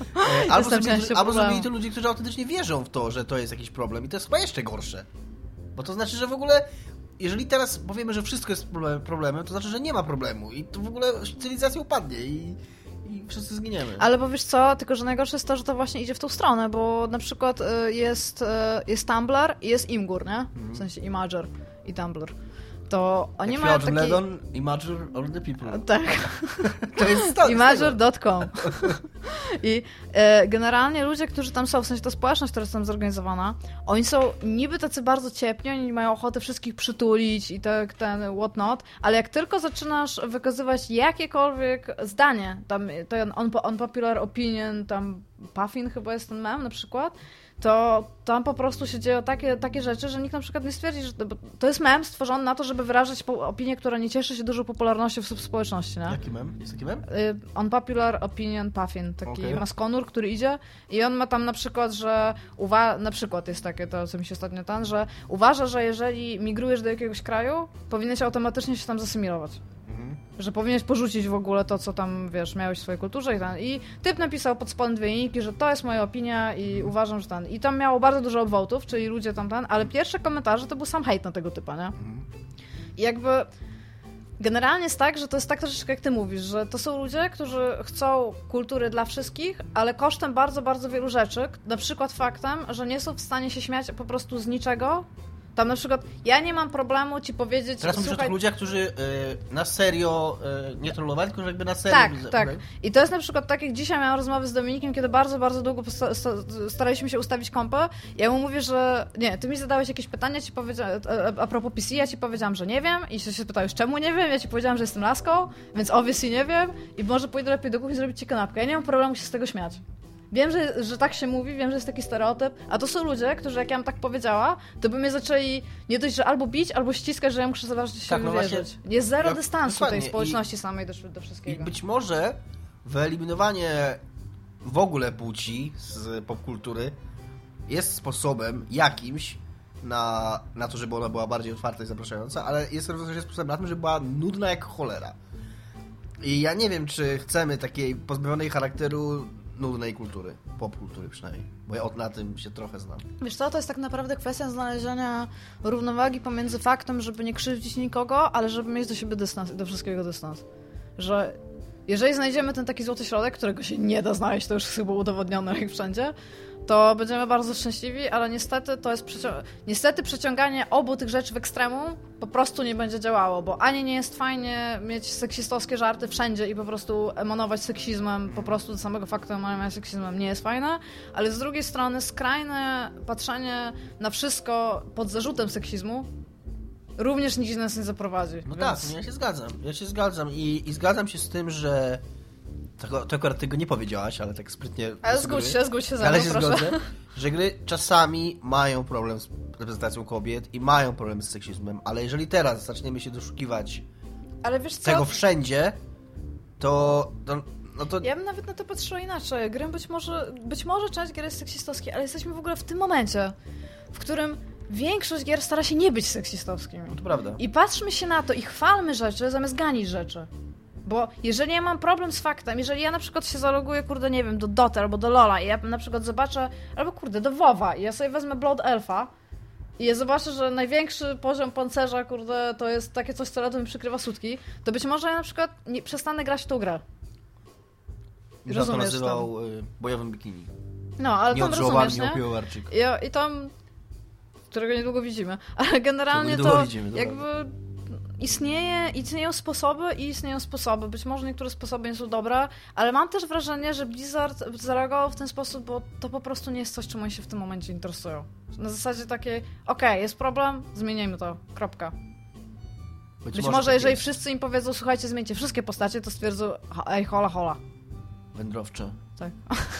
Speaker 2: Albo zrobili to ludzie, którzy autentycznie wierzą w to, że to jest jakiś problem i to jest chyba jeszcze gorsze. Bo to znaczy, że w ogóle jeżeli teraz powiemy, że wszystko jest problemem, to znaczy, że nie ma problemu i to w ogóle cywilizacja upadnie i wszyscy zginiemy.
Speaker 3: Ale bo wiesz co, tylko że najgorsze jest to, że to właśnie idzie w tą stronę, bo na przykład jest Tumblr i jest Imgur, nie? W sensie Imager. i Tumblr. To oni
Speaker 2: jak
Speaker 3: mają
Speaker 2: John Lennon, Imagine all the people.
Speaker 3: Tak.
Speaker 2: To jest to.
Speaker 3: Imagine.com. I generalnie ludzie, którzy tam są, w sensie ta społeczność, która jest tam zorganizowana, oni są niby tacy bardzo ciepli, oni mają ochotę wszystkich przytulić i tak ten what not, ale jak tylko zaczynasz wykazywać jakiekolwiek zdanie, tam on popular opinion, tam Puffin chyba jest ten mem na przykład, to tam po prostu się dzieją takie rzeczy, że nikt na przykład nie stwierdzi, że to jest mem stworzony na to, żeby wyrażać opinię, która nie cieszy się dużą popularnością w społeczności, nie?
Speaker 2: Jaki mem? Jest taki mem?
Speaker 3: Unpopular opinion Puffin, taki maskonur, który idzie i on ma tam na przykład, że na przykład jest takie to, co mi się ostatnio że uważa, że jeżeli migrujesz do jakiegoś kraju, powinieneś automatycznie się tam zasymilować. Że powinieneś porzucić w ogóle to, co tam, wiesz, miałeś w swojej kulturze i typ napisał pod spodem 2 linijki, że to jest moja opinia i uważam, że i tam miało bardzo dużo upvote'ów, czyli ludzie ale pierwsze komentarze to był sam hejt na tego typa, nie? I jakby generalnie jest tak, że to jest tak troszeczkę jak ty mówisz, że to są ludzie, którzy chcą kultury dla wszystkich, ale kosztem bardzo, bardzo wielu rzeczy, na przykład faktem, że nie są w stanie się śmiać po prostu z niczego. Tam na przykład, ja nie mam problemu ci powiedzieć...
Speaker 2: Teraz mówisz o tych ludziach, którzy na serio nie trollowali, tylko jakby na serio...
Speaker 3: Tak. I to jest na przykład tak, jak dzisiaj miałam rozmowę z Dominikiem, kiedy bardzo, bardzo długo staraliśmy się ustawić kompę. Ja mu mówię, że... Nie, ty mi zadałeś jakieś pytania, ci powiedziałem, a propos PC, ja ci powiedziałam, że nie wiem i się pytałeś, czemu nie wiem, ja ci powiedziałam, że jestem laską, więc obviously nie wiem i może pójdę lepiej do kuchni zrobić ci kanapkę. Ja nie mam problemu się z tego śmiać. Wiem, że tak się mówi, wiem, że jest taki stereotyp, a to są ludzie, którzy jak ja bym tak powiedziała, to by mnie zaczęli nie dość, że albo bić, albo ściskać, że ja muszę zobaczyć się wywierzyć. Jest zero dystansu tej społeczności samej do wszystkiego.
Speaker 2: I być może wyeliminowanie w ogóle płci z popkultury jest sposobem jakimś na to, żeby ona była bardziej otwarta i zapraszająca, ale jest również sposobem na to, żeby była nudna jak cholera. I ja nie wiem, czy chcemy takiej pozbawionej charakteru nudnej kultury, popkultury przynajmniej, bo ja na tym się trochę znam.
Speaker 3: Wiesz co, to jest tak naprawdę kwestia znalezienia równowagi pomiędzy faktem, żeby nie krzywdzić nikogo, ale żeby mieć do siebie dystans i do wszystkiego dystans. Że jeżeli znajdziemy ten taki złoty środek, którego się nie da znaleźć, to już jest chyba udowodnione jak wszędzie, to będziemy bardzo szczęśliwi, ale niestety to jest niestety przeciąganie obu tych rzeczy w ekstremum po prostu nie będzie działało, bo ani nie jest fajnie mieć seksistowskie żarty wszędzie i po prostu emanować seksizmem, po prostu do samego faktu emanowania seksizmem nie jest fajne, ale z drugiej strony skrajne patrzenie na wszystko pod zarzutem seksizmu również nigdzie nas nie zaprowadzi.
Speaker 2: No więc... tak, ja się zgadzam i zgadzam się z tym, że to akurat tego nie powiedziałaś, ale tak sprytnie...
Speaker 3: Ale zgódź się ze mną, proszę.
Speaker 2: Zgodzę, że gry czasami mają problem z reprezentacją kobiet i mają problem z seksizmem, ale jeżeli teraz zaczniemy się doszukiwać tego wszędzie, to...
Speaker 3: Ja bym nawet na to patrzyła inaczej. Gry być może część gier jest seksistowskiej, ale jesteśmy w ogóle w tym momencie, w którym większość gier stara się nie być seksistowskimi.
Speaker 2: No to prawda.
Speaker 3: I patrzmy się na to i chwalmy rzeczy zamiast ganić rzeczy. Bo jeżeli ja mam problem z faktem, jeżeli ja na przykład się zaloguję, nie wiem, do Dota albo do Lola i ja na przykład zobaczę, albo do WoWa i ja sobie wezmę Blood Elfa i ja zobaczę, że największy poziom pancerza, to jest takie coś, co mi przykrywa sutki, to być może ja na przykład nie przestanę grać w tą grę.
Speaker 2: Już to nazywał bojowym bikini.
Speaker 3: No, ale tam rozumiesz, nie? I tam, którego niedługo widzimy, ale generalnie to jakby... Istnieją sposoby, być może niektóre sposoby nie są dobre, ale mam też wrażenie, że Blizzard zareagował w ten sposób, bo to po prostu nie jest coś, czym oni się w tym momencie interesują. Na zasadzie takiej, jest problem, zmieniajmy to, kropka. Być może jeżeli wszyscy im powiedzą, słuchajcie, zmieńcie wszystkie postacie, to stwierdzą, ej, hola.
Speaker 2: Wędrowcze.
Speaker 3: Tak.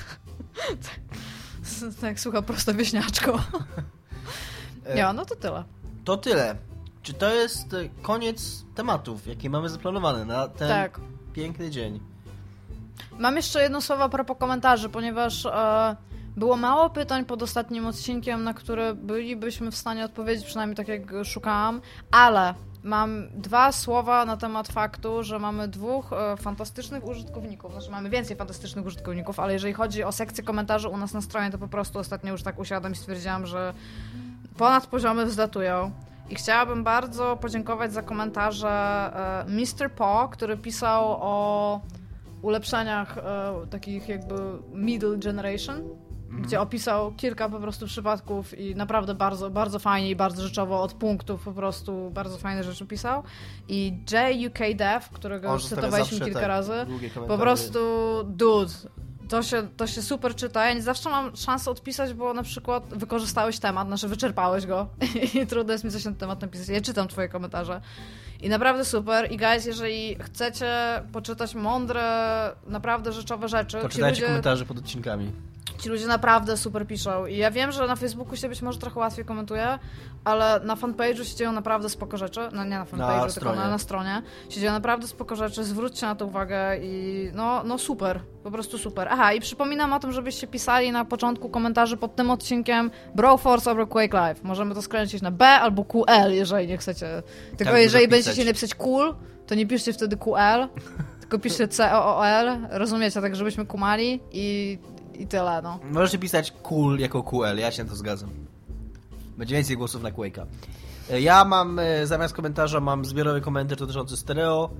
Speaker 3: Tak, słucha prosto wieśniaczko. No to tyle.
Speaker 2: To tyle. Czy to jest koniec tematów, jakie mamy zaplanowane na ten piękny dzień?
Speaker 3: Mam jeszcze jedno słowo a propos komentarzy, ponieważ było mało pytań pod ostatnim odcinkiem, na które bylibyśmy w stanie odpowiedzieć, przynajmniej tak jak szukałam, ale mam 2 słowa na temat faktu, że mamy 2 fantastycznych użytkowników, znaczy mamy więcej fantastycznych użytkowników, ale jeżeli chodzi o sekcję komentarzy u nas na stronie, to po prostu ostatnio już tak usiadłam i stwierdziłam, że ponad poziomy wzlatują. I chciałabym bardzo podziękować za komentarze Mr. Po, który pisał o ulepszeniach takich jakby middle generation. gdzie opisał kilka po prostu przypadków i naprawdę bardzo, bardzo fajnie i bardzo rzeczowo od punktów po prostu bardzo fajne rzeczy pisał. I JUKDev, którego cytowaliśmy kilka razy, po prostu dude. To się super czyta. Ja nie zawsze mam szansę odpisać, bo na przykład wykorzystałeś temat, znaczy wyczerpałeś go i trudno jest mi coś na ten temat napisać. Ja czytam twoje komentarze i naprawdę super. I guys, jeżeli chcecie poczytać mądre, naprawdę rzeczowe rzeczy...
Speaker 2: Poczytajcie komentarze pod odcinkami.
Speaker 3: Ci ludzie naprawdę super piszą. I ja wiem, że na Facebooku się być może trochę łatwiej komentuje, ale na fanpage'u się dzieją naprawdę spoko rzeczy. No nie na fanpage'u, tylko na stronie. Się dzieją naprawdę spoko rzeczy. Zwróćcie na to uwagę i no super. Po prostu super. Aha, i przypominam o tym, żebyście pisali na początku komentarzy pod tym odcinkiem Broforce albo Quake Live. Możemy to skręcić na B albo QL, jeżeli nie chcecie. Tylko tak, jeżeli będziecie napisać cool, to nie piszcie wtedy QL, tylko piszcie COOL. Rozumiecie, tak żebyśmy kumali i tyle, no.
Speaker 2: Możecie pisać cool jako QL, ja się na to zgadzam. Będzie więcej głosów na Quake'a. Ja mam, zamiast komentarza, mam zbiorowy komentarz dotyczący stereo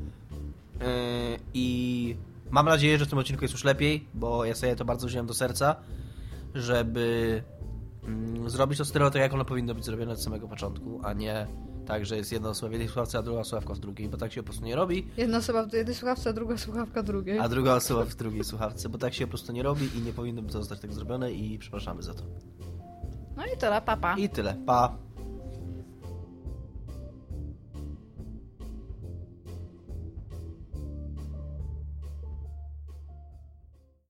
Speaker 2: i mam nadzieję, że w tym odcinku jest już lepiej, bo ja sobie to bardzo wziąłem do serca, żeby zrobić to stereo tak, jak ono powinno być zrobione od samego początku, a nie tak, że jest jedna osoba w jednej słuchawce, a druga słuchawka w drugiej, bo tak się po prostu nie robi.
Speaker 3: Jedna osoba w jednej słuchawce, a druga słuchawka w drugiej.
Speaker 2: A druga osoba w drugiej słuchawce, bo tak się po prostu nie robi i nie powinno to zostać tak zrobione i przepraszamy za to.
Speaker 3: No i tyle, pa.
Speaker 2: I tyle, pa.